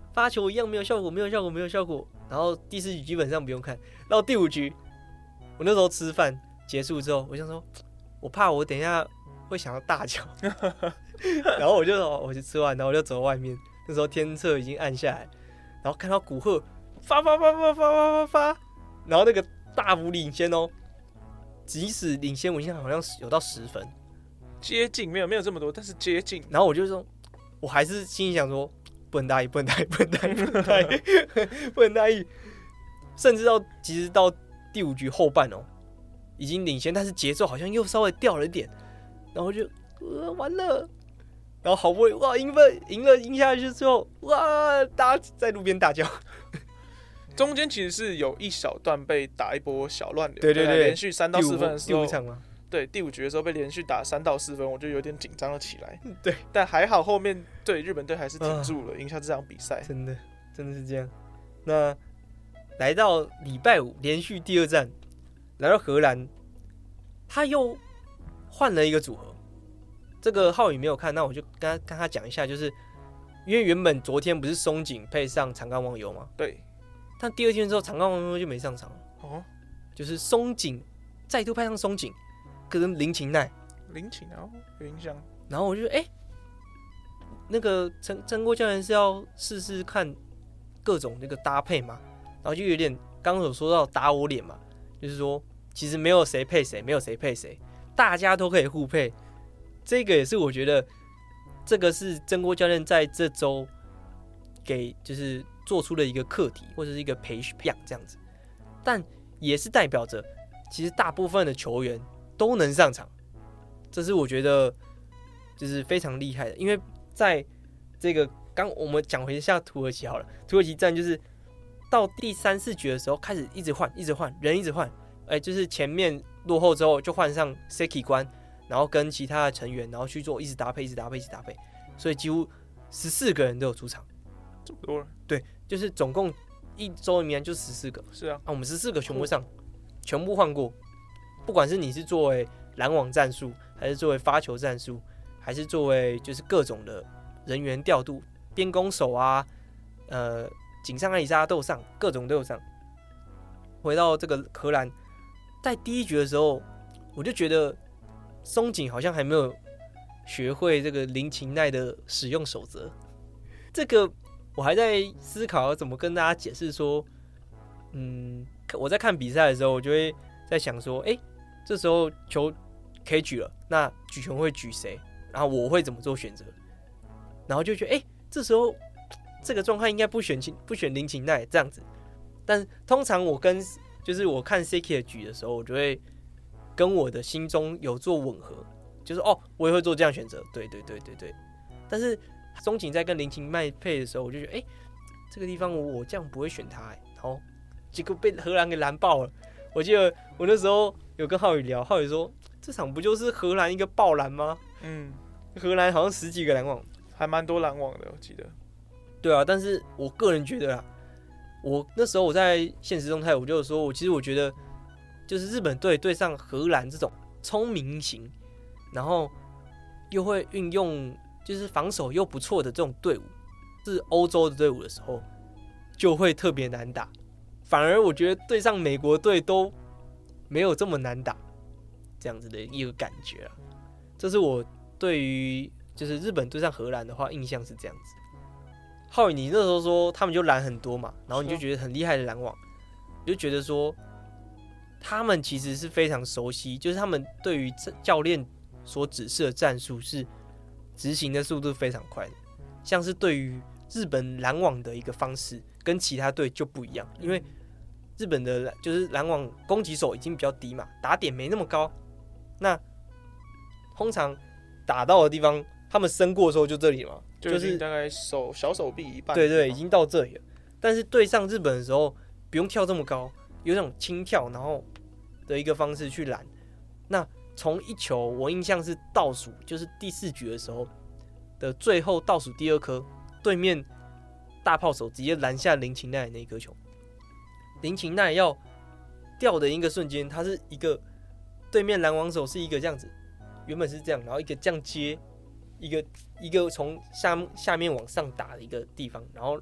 发球一样没有效果，没有效果，没有效果。然后第四局基本上不用看，到第五局，我那时候吃饭结束之后，我想说，我怕我等一下会想要大叫，然后我就我就吃完，然后我就走到外面。那时候天色已经暗下来，然后看到古贺发发发发发发发发，然后那个大幅领先哦，即使领先，我印象好像有到十分， 接近没有没有这么多，但是接近。 然后我就说，我还是心里想说，不能大意，不能大意，不能大意，不能大意，不能大意。甚至到其实到第五局后半哦，已经领先，但是节奏好像又稍微掉了一点，然后就呃完了。然后好不容易哇赢分赢了赢下去之后，哇大家在路边大叫。 中间其实是有一小段被打一波小乱流， 对对对， 连续三到四分的时候， 第五场吗？ 对，第五局的时候被连续打三到四分，我就有点紧张了起来。 对， 但还好后面对日本队还是挺住了，赢、啊、下这场比赛。 真的真的是这样。那来到礼拜五连续第二战，来到荷兰，他又换了一个组合。这个浩宇没有看，那我就跟他跟他讲一下，就是因为原本昨天不是松井配上长冈望悠吗？ 对。 但第二天之后，长冈望悠就没上场了。 哦。就是松井再度派上松井跟林琴奈。 林琴奈有印象。 然后我就哎、欸，那个陈陈国教练是要试试看各种那个搭配嘛，然后就有点刚刚有说到打我脸嘛，就是说其实没有谁配谁，没有谁配谁，大家都可以互配。这个也是我觉得，这个是真锅教练在这周给就是做出了一个课题或者是一个培养这样子，但也是代表着其实大部分的球员都能上场，这是我觉得就是非常厉害的。因为在这个刚我们讲回一下土耳其好了，土耳其战就是到第三四局的时候开始一直换，一直换人，一直换，哎、欸，就是前面落后之后就换上 Seki 关。然后跟其他的成员，然后去做一直搭配，一直搭配，一直搭配，所以几乎十四个人都有出场， 这么多了。 对，就是总共一周里面就十四个。 是啊， 啊，我们十四个全部上，全部换过，不管是你是作为拦网战术，还是作为发球战术，还是作为就是各种的人员调度，边攻手啊，呃，井上艾里莎都有上，各种都有上。回到这个荷兰，在第一局的时候，我就觉得。松井好像还没有学会这个林琴奈的使用守则，这个我还在思考要怎么跟大家解释说，嗯，我在看比赛的时候，我就会在想说，哎、欸，这时候球可以举了，那举球会举谁？然后我会怎么做选择？然后就觉得，哎、欸，这时候这个状况应该不选不选林琴奈这样子，但通常我跟就是我看 Seki 的举的时候，我就会。跟我的心中有做吻合，就是哦，我也会做这样选择，对对对对对。但是松井在跟林琴奈配的时候，我就觉得，哎、欸，这个地方我我这样不会选他、欸，然后结果被荷兰给拦爆了。我记得我那时候有跟浩宇聊，浩宇说这场不就是荷兰一个爆篮吗？嗯，荷兰好像十几个篮网， 还蛮多篮网的，我记得。 对啊，但是我个人觉得啦，我那时候我在现实动态我就有说，我其实我觉得。就是日本队对上荷兰这种聪明型，然后又会运用就是防守又不错的这种队伍，是欧洲的队伍的时候，就会特别难打。反而我觉得对上美国队都没有这么难打，这样子的一个感觉啊。这是我对于就是日本对上荷兰的话印象是这样子。浩宇，你那时候说他们就拦很多嘛，然后你就觉得很厉害的拦网，你就觉得说。他们其实是非常熟悉，就是他们对于教练所指示的战术是执行的速度非常快的，像是对于日本拦网的一个方式跟其他队就不一样，因为日本的就是拦网攻击手已经比较低嘛，打点没那么高，那通常打到的地方，他们伸过的时候就这里嘛， 就是大概手小手臂一半， 对对，已经到这里了。但是对上日本的时候，不用跳这么高。有那种轻跳，然后的一个方式去拦。那从一球，我印象是倒数，就是第四局的时候的最后倒数第二颗，对面大炮手直接拦下林琴奈的那一颗球。林琴奈要掉的一个瞬间，他是一个对面拦网手是一个这样子，原本是这样，然后一个这样接，一个一个从下下面往上打的一个地方，然后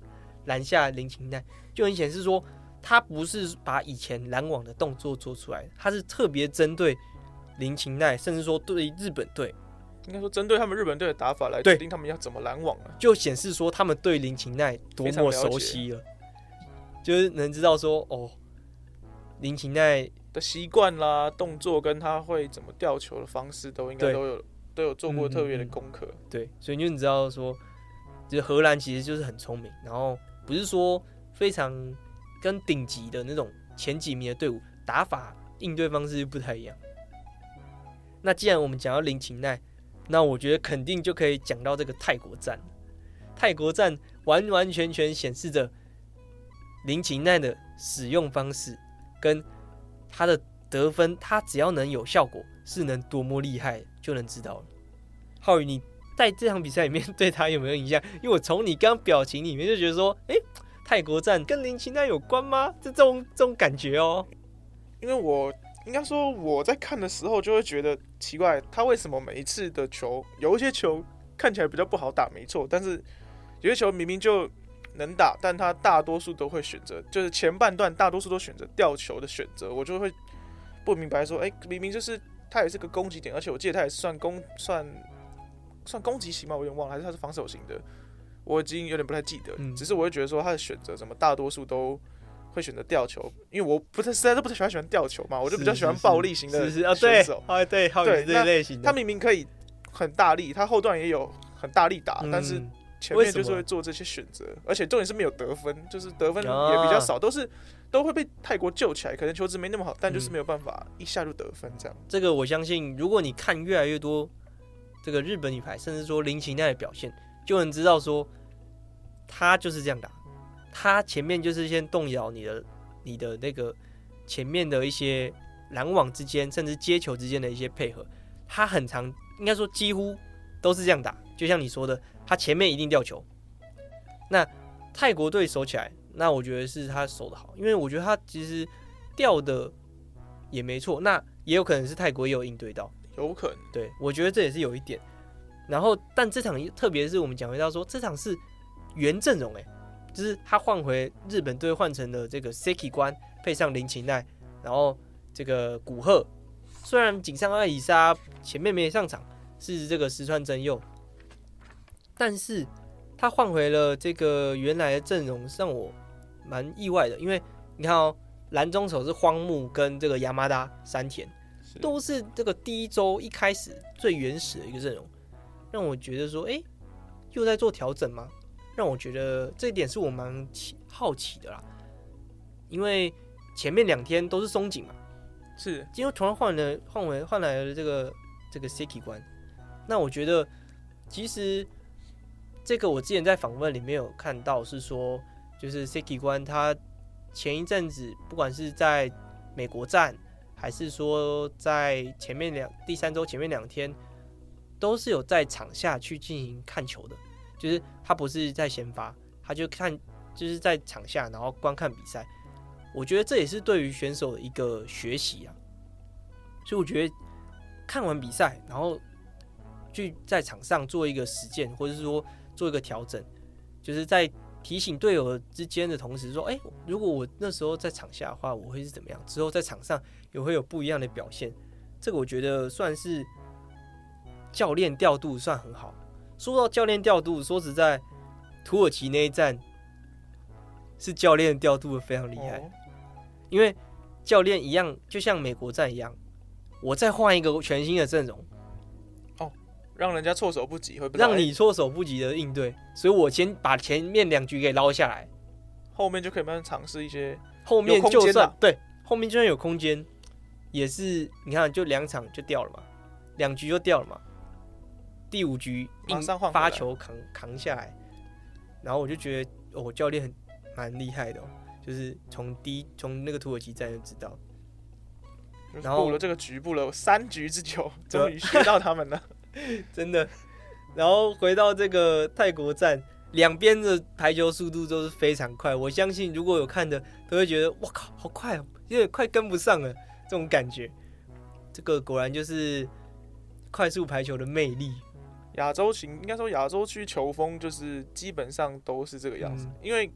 拦下林琴奈，就很显示说他不是把以前拦网的动作做出来，他是特别针对林琴奈，甚至说对日本队， 应该说针对他们日本队的打法来决定他们要怎么拦网啊， 就显示说他们对林琴奈多么熟悉了，就是能知道说哦，林琴奈的习惯啦、动作跟他会怎么吊球的方式，都应该都有都有做过特别的功课、嗯。 对，所以你就知道说，就是荷兰其实就是很聪明，然后不是说非常跟顶级的那种前几名的队伍打法应对方式不太一样。那既然我们讲到林琴奈，那我觉得肯定就可以讲到这个泰国站。泰国站完完全全显示着林琴奈的使用方式跟他的得分，他只要能有效果，是能多么厉害，就能知道了。浩宇，你在这场比赛里面对他有没有印象？因为我从你刚刚表情里面就觉得说，哎、欸，泰国站跟林琴奈有关吗？这种这种感觉哦。 因为我应该说我在看的时候就会觉得奇怪，他为什么每一次的球，有一些球看起来比较不好打，没错，但是有些球明明就能打，但他大多数都会选择，就是前半段大多数都选择吊球的选择，我就会不明白说，哎、欸，明明就是他也是个攻击点，而且我记得他也是算攻算算攻击型吗？我有点忘了，还是他是防守型的，我已经有点不太记得。嗯、只是我会觉得说他的选择怎么大多数都会选择吊球，因为我不太实在都不太喜欢喜欢吊球嘛，我就比较喜欢暴力型的选手。 啊，对，好对，这类型的。 他明明可以很大力，他后段也有很大力打，嗯、但是前面就是会做这些选择，而且重点是没有得分，就是得分也比较少，啊、都是都会被泰国救起来。可能球质没那么好，但就是没有办法一下就得分这样。 这个我相信，如果你看越来越多这个日本女排，甚至说林琴奈的表现，就能知道说他就是这样打。他前面就是先动摇你的你的那个前面的一些拦网之间，甚至接球之间的一些配合，他很常应该说几乎都是这样打。就像你说的，他前面一定吊球。那泰国队守起来，那我觉得是他守的好，因为我觉得他其实吊的也没错。那也有可能是泰国也有应对到， 有可能。 对，我觉得这也是有一点。然后，但这场特别是我们讲回到说，这场是原阵容哎。就是他换回日本队换成了这个 Seki 关，配上林琴奈，然后这个古贺，虽然井上爱里沙前面没上场，是这个石川真佑，但是他换回了这个原来的阵容，让我蛮意外的，因为你看哦，蓝中手是荒木跟这个亚麻达山田，都是这个第一周一开始最原始的一个阵容，让我觉得说，哎、欸，又在做调整吗？让我觉得这一点是我蛮好奇的啦，因为前面两天都是松井嘛， 是， 今天突然换了换回换来了这个这个 Seki 关，那我觉得其实这个我之前在访问里面有看到是说，就是 Seki 关他前一阵子不管是在美国站，还是说在前面两第三周前面两天，都是有在场下去进行看球的。就是他不是在先发，他就看就是在场下，然后观看比赛。我觉得这也是对于选手的一个学习啊。所以我觉得看完比赛，然后去在场上做一个实践，或者是说做一个调整，就是在提醒队友之间的同时说，哎、欸，如果我那时候在场下的话，我会是怎么样？之后在场上也会有不一样的表现。这个我觉得算是教练调度算很好。说到教练调度，说实在，土耳其那一战是教练调度的非常厉害，哦、因为教练一样，就像美国战一样，我再换一个全新的阵容， 哦，让人家措手不及，会不让你措手不及的应对，所以我先把前面两局给捞下来， 后面就可以慢慢尝试一些， 后面就算对，后面就算有空间，也是你看就两场就掉了嘛，两局就掉了嘛。第五局硬发球 扛, 扛下来，然后我就觉得哦，教练蛮厉害的、哦，就是从第一从那个土耳其战就知道， 然后布了这个局布了三局之久，终于学到他们了， 真的。然后回到这个泰国战，两边的排球速度都是非常快，我相信如果有看的都会觉得哇靠，好快哦，有点快跟不上了这种感觉。这个果然就是快速排球的魅力。 亚洲型应该说亚洲区球风就是基本上都是这个样子，嗯、因为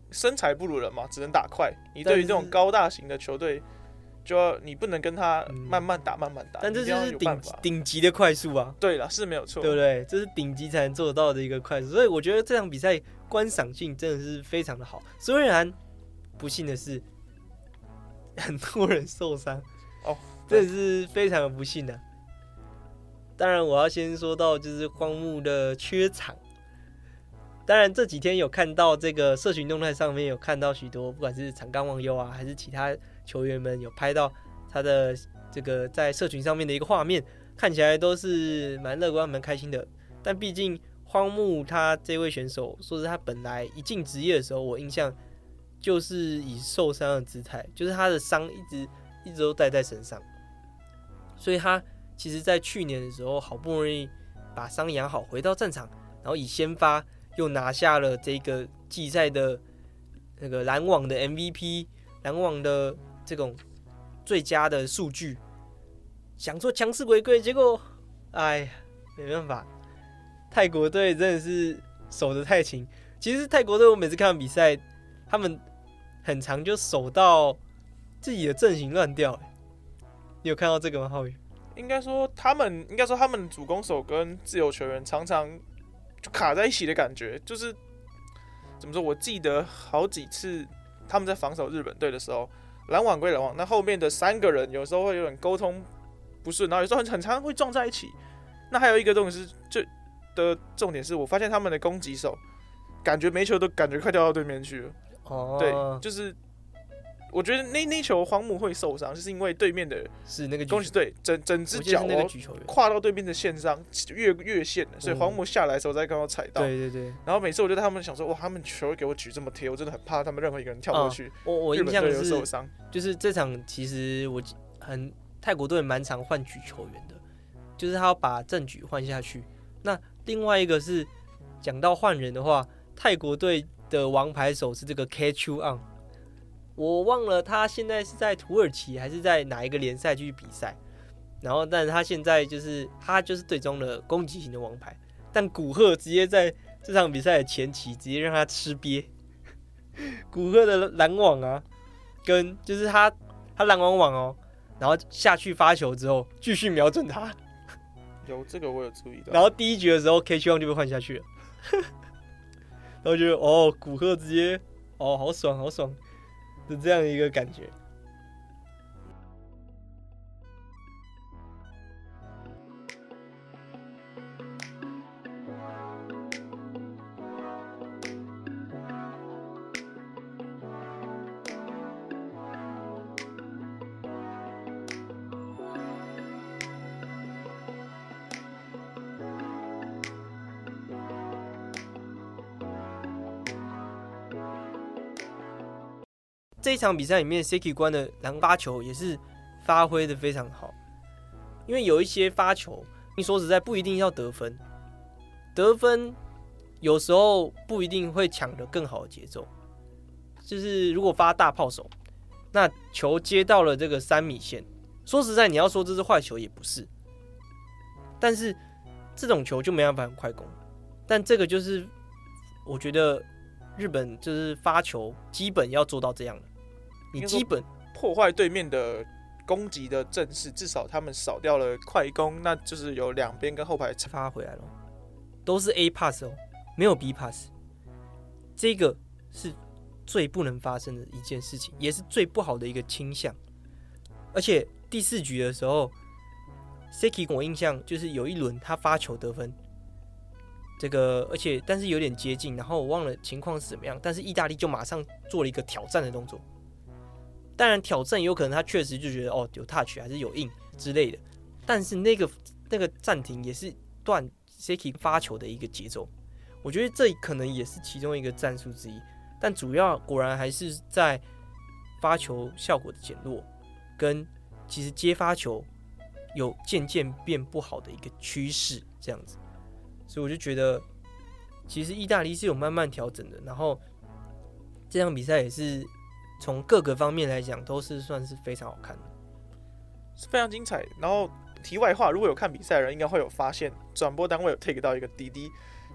身材不如人嘛，只能打快。你对于这种高大型的球队，就要你不能跟他慢慢打，慢慢打。 但这就是顶顶级的快速啊！ 对啦，是没有错， 对不对？这是顶级才能做到的一个快速，所以我觉得这场比赛观赏性真的是非常的好。虽然不幸的是，很多人受伤哦， 真的是非常的不幸的。当然，我要先说到就是荒木的缺场。当然这几天有看到这个社群动态上面有看到许多，不管是长冈望优啊，还是其他球员们有拍到他的这个在社群上面的一个画面，看起来都是蛮乐观、蛮开心的。但毕竟荒木他这位选手，说是他本来一进职业的时候，我印象就是以受伤的姿态，就是他的伤一直一直都带在身上，所以他其实在去年的时候好不容易把伤养好，回到战场，然后以先发又拿下了这个季赛的那个篮网的 M V P， 篮网的这种最佳的数据，想说强势回归，结果哎呀没办法，泰国队真的是守得太勤。其实泰国队我每次看比赛，他们很常就守到自己的阵型乱掉。你有看到这个吗，浩宇？ 应该说他们，应该说他们主攻手跟自由球员常常就卡在一起的感觉，就是怎么说？我记得好几次他们在防守日本队的时候，篮网归篮网，那后面的三个人有时候会有点沟通不顺，然后有时候很常会撞在一起。那还有一个重点是，就的重点是我发现他们的攻击手感觉每球都感觉快掉到对面去了。 哦， 对，就是我觉得那那球荒木会受伤，就是因为对面的是那个攻击队整整只脚哦跨到对面的线上，越越线了，所以荒木下来的时候再刚好踩到。 对对对。 然后每次我觉得他们想说，哇，他们球给我举这么贴，我真的很怕他们任何一个人跳过去。 哦、我我印象是受伤， 就是这场其实我很泰国队蛮常换举球员的，就是他要把正举换下去。那另外一个是讲到换人的话，泰国队的王牌手是这个 K Chu An， 我忘了他现在是在土耳其还是在哪一个联赛去比赛。然后，但是他现在就是他就是队中的攻击型的王牌，但古贺直接在这场比赛的前期直接让他吃瘪。古贺的拦网啊，跟就是他他拦网网哦，然后下去发球之后继续瞄准他。 有这个我有注意到。 然后第一局的时候 ，K 七 就被换下去了。然后觉得哦，古贺直接哦，好爽好爽的这样一个感觉。这一场比赛里面 Seki 关的篮发球也是发挥的非常好，因为有一些发球，你说实在不一定要得分，得分有时候不一定会抢得更好的节奏。就是如果发大炮手，那球接到了这个三米线，说实在你要说这是坏球也不是，但是这种球就没办法很快攻。但这个就是我觉得日本就是发球基本要做到这样的。你基本破坏对面的攻击的阵势，至少他们少掉了快攻，那就是有两边跟后排发回来了，都是 A pass 哦，没有 B pass， 这个是最不能发生的一件事情，也是最不好的一个倾向。而且第四局的时候 ，Seki 我印象就是有一轮他发球得分，这个而且但是有点接近，然后我忘了情况是怎么样，但是意大利就马上做了一个挑战的动作。当然挑战有可能他确实就觉得哦有 touch 还是有硬之类的，但是那个那个暂停也是断 Seki 发球的一个节奏，我觉得这可能也是其中一个战术之一，但主要果然还是在发球效果的减弱，跟其实接发球有渐渐变不好的一个趋势这样子，所以我就觉得其实意大利是有慢慢调整的，然后这场比赛也是从各个方面来讲都是算是非常好看的， 是非常精彩。然后题外话，如果有看比赛的人应该会有发现，转播单位有 take 到一个滴滴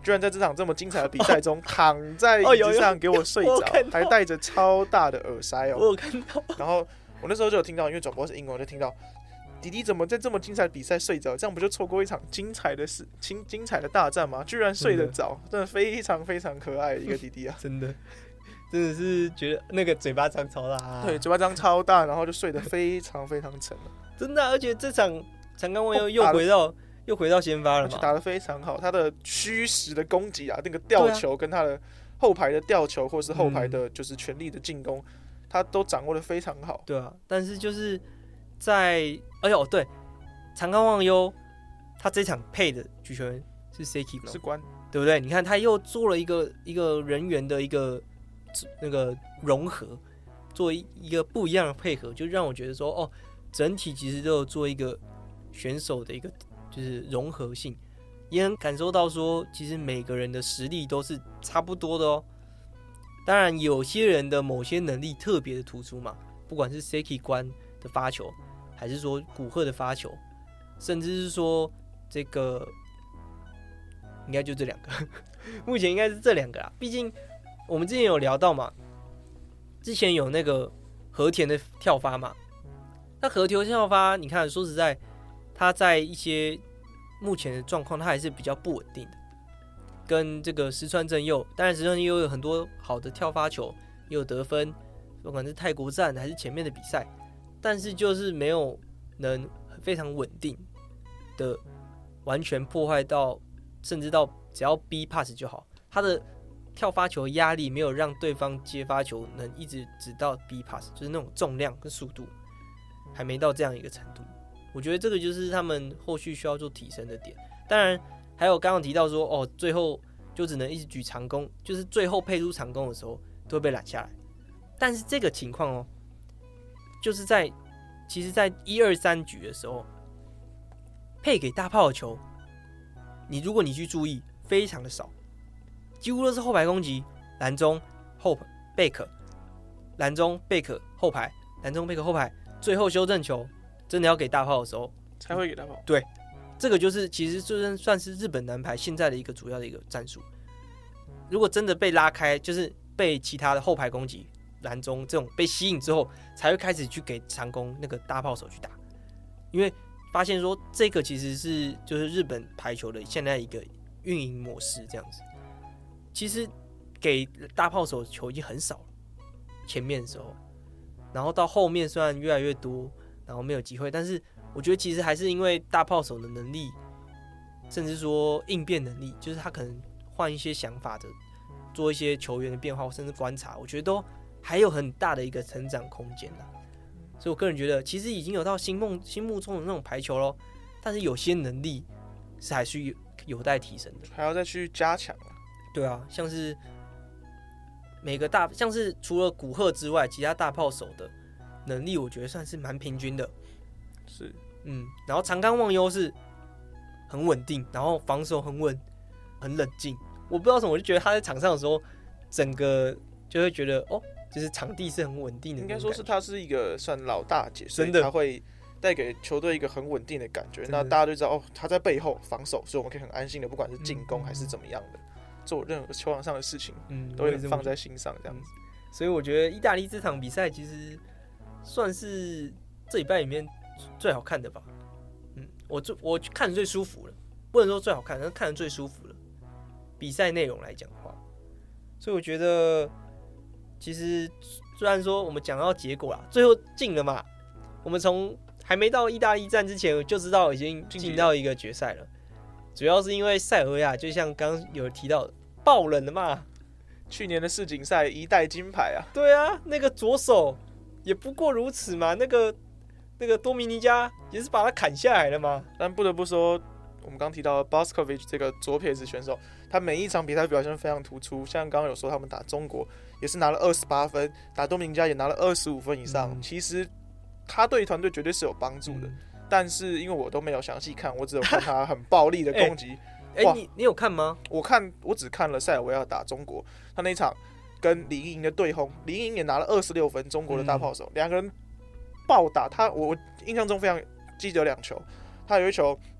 居然在这场这么精彩的比赛中躺在椅子上给我睡着，还戴着超大的耳塞哦。 我有看到。 然后我那时候就有听到，因为转播是英文，我就听到弟弟怎么在这么精彩的比赛睡着，这样不就错过一场精彩的事、精精彩的大战吗？居然睡得着，真的非常非常可爱的一个弟弟啊！ 真的，真的是觉得那个嘴巴张超大、啊， 对，嘴巴张超大，然后就睡得非常非常沉了。 真的、啊，而且这场长冈万优又回到、哦、又回到先发了嘛， 打得非常好。他的虚实的攻击啊，那个吊球跟他的后排的吊球，或是后排的就是全力的进攻，嗯、他都掌握得非常好。 对啊，但是就是在哎呦对，长冈万优他这场配的举球员是 Seki 吗？ 是关， 对不对？你看他又做了一个一个人员的一个那个融合，做一个不一样的配合，就让我觉得说哦。整体其实都有做一个选手的一个就是融合性，也能感受到说，其实每个人的实力都是差不多的哦。当然，有些人的某些能力特别的突出嘛，不管是 Seki 关的发球，还是说古贺的发球，甚至是说这个，应该就这两个，目前应该是这两个啦。毕竟我们之前有聊到嘛，之前有那个和田的跳发嘛。那和田跳发，你看，说实在，他在一些目前的状况，他还是比较不稳定的。跟这个石川正佑，当然石川正佑有很多好的跳发球，也有得分，不管是泰国站还是前面的比赛，但是就是没有能非常稳定的完全破坏到，甚至到只要 B pass 就好，他的跳发球压力没有让对方接发球能一直只到 B pass， 就是那种重量跟速度。还没到这样一个程度，我觉得这个就是他们后续需要做提升的点。当然，还有刚刚提到说，哦，最后就只能一直举长弓，就是最后配出长弓的时候都会被拦下来。但是这个情况哦，就是在其实，在一二三局的时候，配给大炮的球，你如果你去注意，非常的少，几乎都是后排攻击，拦中后贝克，拦中贝克后排，拦中贝克后排。最后修正球真的要给大炮的时候才会给大炮。 对，这个就是其实就算是日本男排现在的一个主要的一个战术。如果真的被拉开，就是被其他的后排攻击、拦中这种被吸引之后，才会开始去给长弓那个大炮手去打。因为发现说这个其实是就是日本排球的现在一个运营模式这样子。其实给大炮手球已经很少了，前面的时候。然后到后面虽然越来越多，然后没有机会，但是我觉得其实还是因为大炮手的能力，甚至说应变能力，就是他可能换一些想法的，做一些球员的变化，甚至观察，我觉得都还有很大的一个成长空间啦。所以我个人觉得，其实已经有到心梦心目中的那种排球咯，但是有些能力是还是有待提升的， 还要再去加强啊。 对啊，像是。每个大像是除了古贺之外，其他大炮手的能力，我觉得算是蛮平均的。 是， 嗯，然后长冈望优是很稳定，然后防守很稳，很冷静。我不知道什么，我就觉得他在场上的时候，整个就会觉得哦，就是场地是很稳定的。 应该说是他是一个算老大姐，所以他会带给球队一个很稳定的感觉。那大家就知道哦，他在背后防守，所以我们可以很安心的，不管是进攻还是怎么样的。做任何球场上的事情，嗯，都会放在心上，这样子、嗯。 所以我觉得意大利这场比赛其实算是这礼拜里面最好看的吧。嗯，我最我看得最舒服了，不能说最好看，但是看得最舒服了。比赛内容来讲的话，所以我觉得其实虽然说我们讲到结果啦，最后进了嘛，我们从还没到意大利站之前就知道已经进到一个决赛了。主要是因为塞尔维亚就像刚刚有提到的爆冷了嘛， 去年的世锦赛一代金牌啊， 对啊，那个左手也不过如此嘛，那个那个多米尼加也是把他砍下来了嘛。 但不得不说，我们刚提到 Boskovic 这个左撇子选手，他每一场比赛表现非常突出，像刚刚有说他们打中国也是拿了二十八分，打多米尼加也拿了二十五分以上、嗯、其实他对团队绝对是有帮助的、嗯，但是因为我都没有详细看，我只有看他很暴力的攻击。 哎、欸欸，你你有看吗？ 我看，我只看了塞尔维亚打中国，他那一场跟李盈莹的对轰，李盈莹也拿了二十六分，中国的大炮手，两、嗯、个人暴打他。我印象中非常记得两球，他有一球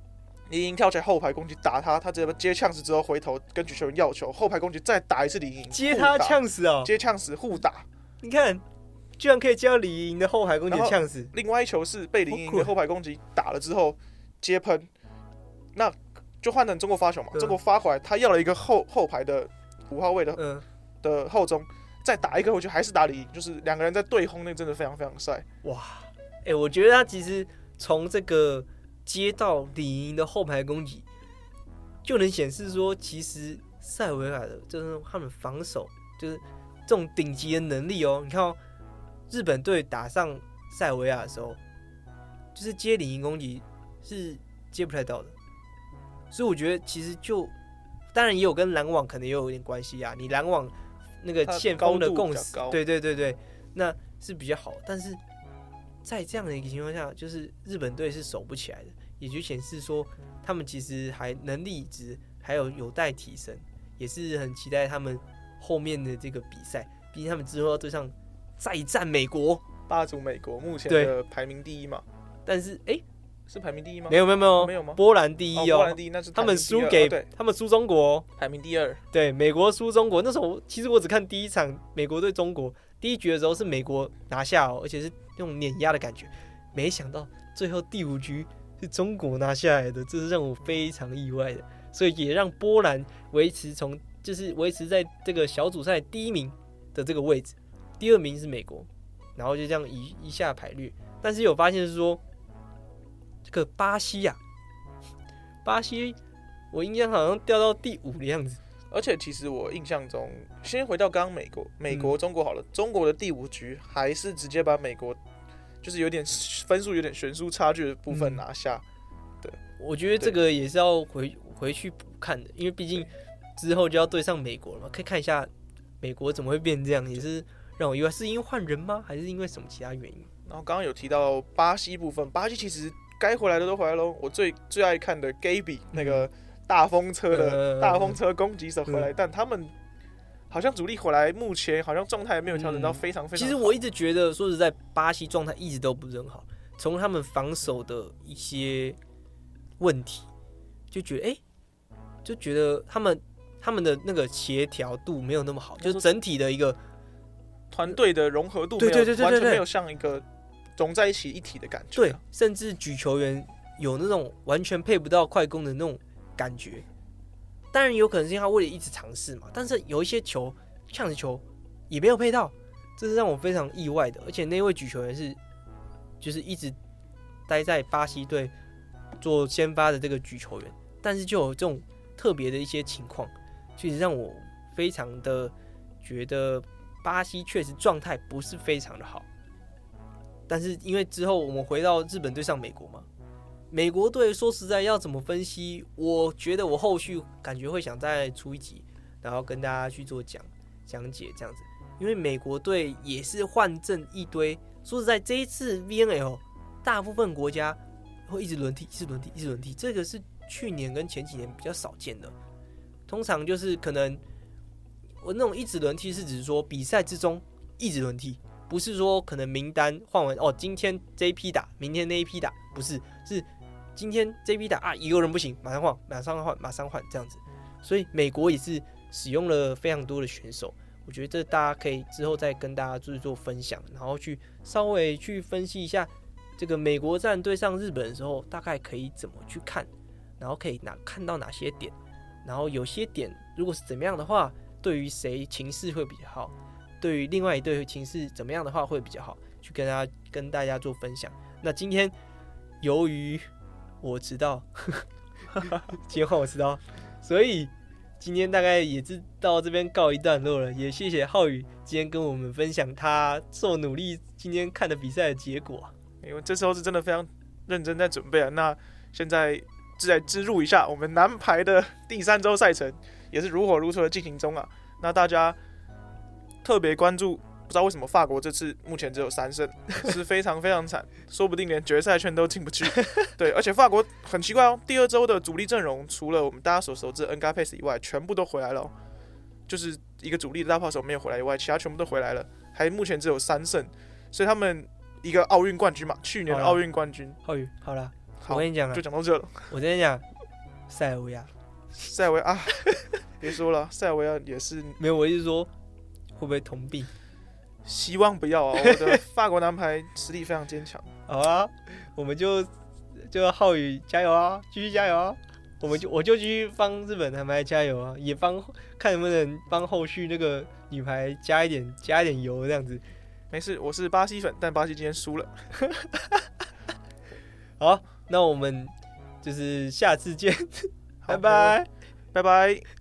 李莹跳起来后排攻击打他，他直接接呛死之后回头跟举球员要球，后排攻击再打一次李莹， 接他呛死哦， 接呛死互打。 你看，居然可以接到李莹的后排攻击呛死。 另外一球是被李莹的后排攻击打了之后接喷，那就换成中国发球嘛，中国发回来，他要了一个后后排的五号位的、嗯、的后中，再打一个回去还是打李莹，就是两个人在对轰，那真的非常非常帅。 哇，哎、欸，我觉得他其实从这个接到李莹的后排攻击，就能显示说，其实塞维亚的就是他们防守就是这种顶级的能力哦。你看哦，日本队打上塞维亚的时候，就是接李莹攻击是接不太到的，所以我觉得其实就当然也有跟拦网可能也有一点关系啊。你拦网那个线锋的共识，对对对对，那是比较好。但是在这样的一个情况下，就是日本队是守不起来的，也就显示说他们其实还能力值还有有待提升，也是很期待他们后面的这个比赛。毕竟他们之后要对上再战美国， 霸主美国，目前的排名第一嘛。 但是哎、欸， 是排名第一吗？ 没有没有没有没有吗？ 波兰第一哦， 哦波兰第一，那是他们输给、哦、他们输中国、哦， 排名第二。 对，美国输中国。那时候其实我只看第一场美国对中国，第一局的时候是美国拿下哦，而且是那种碾压的感觉。没想到最后第五局是中国拿下来的，这是让我非常意外的，所以也让波兰维持从就是维持在这个小组赛第一名的这个位置，第二名是美国，然后就这样一一下排略。但是有发现是说，这个巴西啊，巴西我印象好像掉到第五的样子。 而且其实我印象中，先回到刚刚美国，美国、中国好了，嗯、中国的第五局还是直接把美国。就是有点分数有点悬殊差距的部分拿下，嗯、对， 我觉得这个也是要回回去补看的，因为毕竟之后就要对上美国了嘛，可以看一下美国怎么会变这样，也是让我意外，是因为换人吗？还是因为什么其他原因？ 然后刚刚有提到巴西部分，巴西其实该回来的都回来喽。我最最爱看的 Gaby、嗯、那个大风车的、呃、大风车攻击手回来，嗯、但他们。好像主力回来，目前好像状态没有调整到非常非常好、嗯。 其实我一直觉得，说实在，巴西状态一直都不是很好。从他们防守的一些问题，就觉得，哎、欸，就觉得他们他们的那个协调度没有那么好，就是整体的一个团队的融合度没有，对对对对对，完全没有像一个融在一起一体的感觉、啊。 对，甚至举球员有那种完全配不到快攻的那种感觉。当然有可能是因为他为了一直尝试嘛，但是有一些球呛死球也没有配到，这是让我非常意外的。而且那位举球员是就是一直待在巴西队做先发的这个举球员，但是就有这种特别的一些情况，其实让我非常的觉得巴西确实状态不是非常的好。但是因为之后我们回到日本对上美国嘛。美国队说实在要怎么分析，我觉得我后续感觉会想再出一集，然后跟大家去做讲讲解这样子。因为美国队也是换阵一堆，说实在这一次 V N L 大部分国家会一直轮替，一直轮替，一直轮替，这个是去年跟前几年比较少见的。通常就是可能我那种一直轮替是指说比赛之中一直轮替，不是说可能名单换完哦，今天这一批打，明天那一批打，不是是。今天这批打啊，一个人不行，马上换，马上换，马上换，这样子。所以美国也是使用了非常多的选手，我觉得这大家可以之后再跟大家做做分享，然后去稍微去分析一下这个美国战对上日本的时候，大概可以怎么去看，然后可以哪看到哪些点，然后有些点如果是怎么样的话，对于谁情势会比较好，对于另外一队情势怎么样的话会比较好，去跟大家跟大家做分享。那今天由于我迟到，今天换我迟到，所以今天大概也是到这边告一段落了。也谢谢浩宇今天跟我们分享他受努力今天看的比赛的结果。 因为这时候是真的非常认真在准备啊。那现在再置入一下我们男排的第三周赛程，也是如火如荼的进行中啊。那大家特别关注。不知道为什么法国这次目前只有三胜，是非常非常惨，说不定连决赛圈都进不去。对，而且法国很奇怪哦，第二周的主力阵容除了我们大家所熟知的恩加佩斯以外，全部都回来了、哦，就是一个主力的大炮手没有回来以外，其他全部都回来了，还目前只有三胜，所以他们一个奥运冠军嘛，去年的奥运冠军。 浩宇，好啦，我跟你讲了， 就讲到这了。 我跟你讲， 塞尔维亚。 塞尔维亚啊，别说了，塞尔维亚也是没有，我意思说会不会同病？ 希望不要啊！我的法国男排实力非常坚强。 好啊，我们就就浩宇加油啊，继续加油啊！我们就我就继续帮日本男排加油啊，也帮看能不能帮后续那个女排加一点加一点油这样子。 没事，我是巴西粉，但巴西今天输了。 好，那我们就是下次见，拜拜， 拜拜。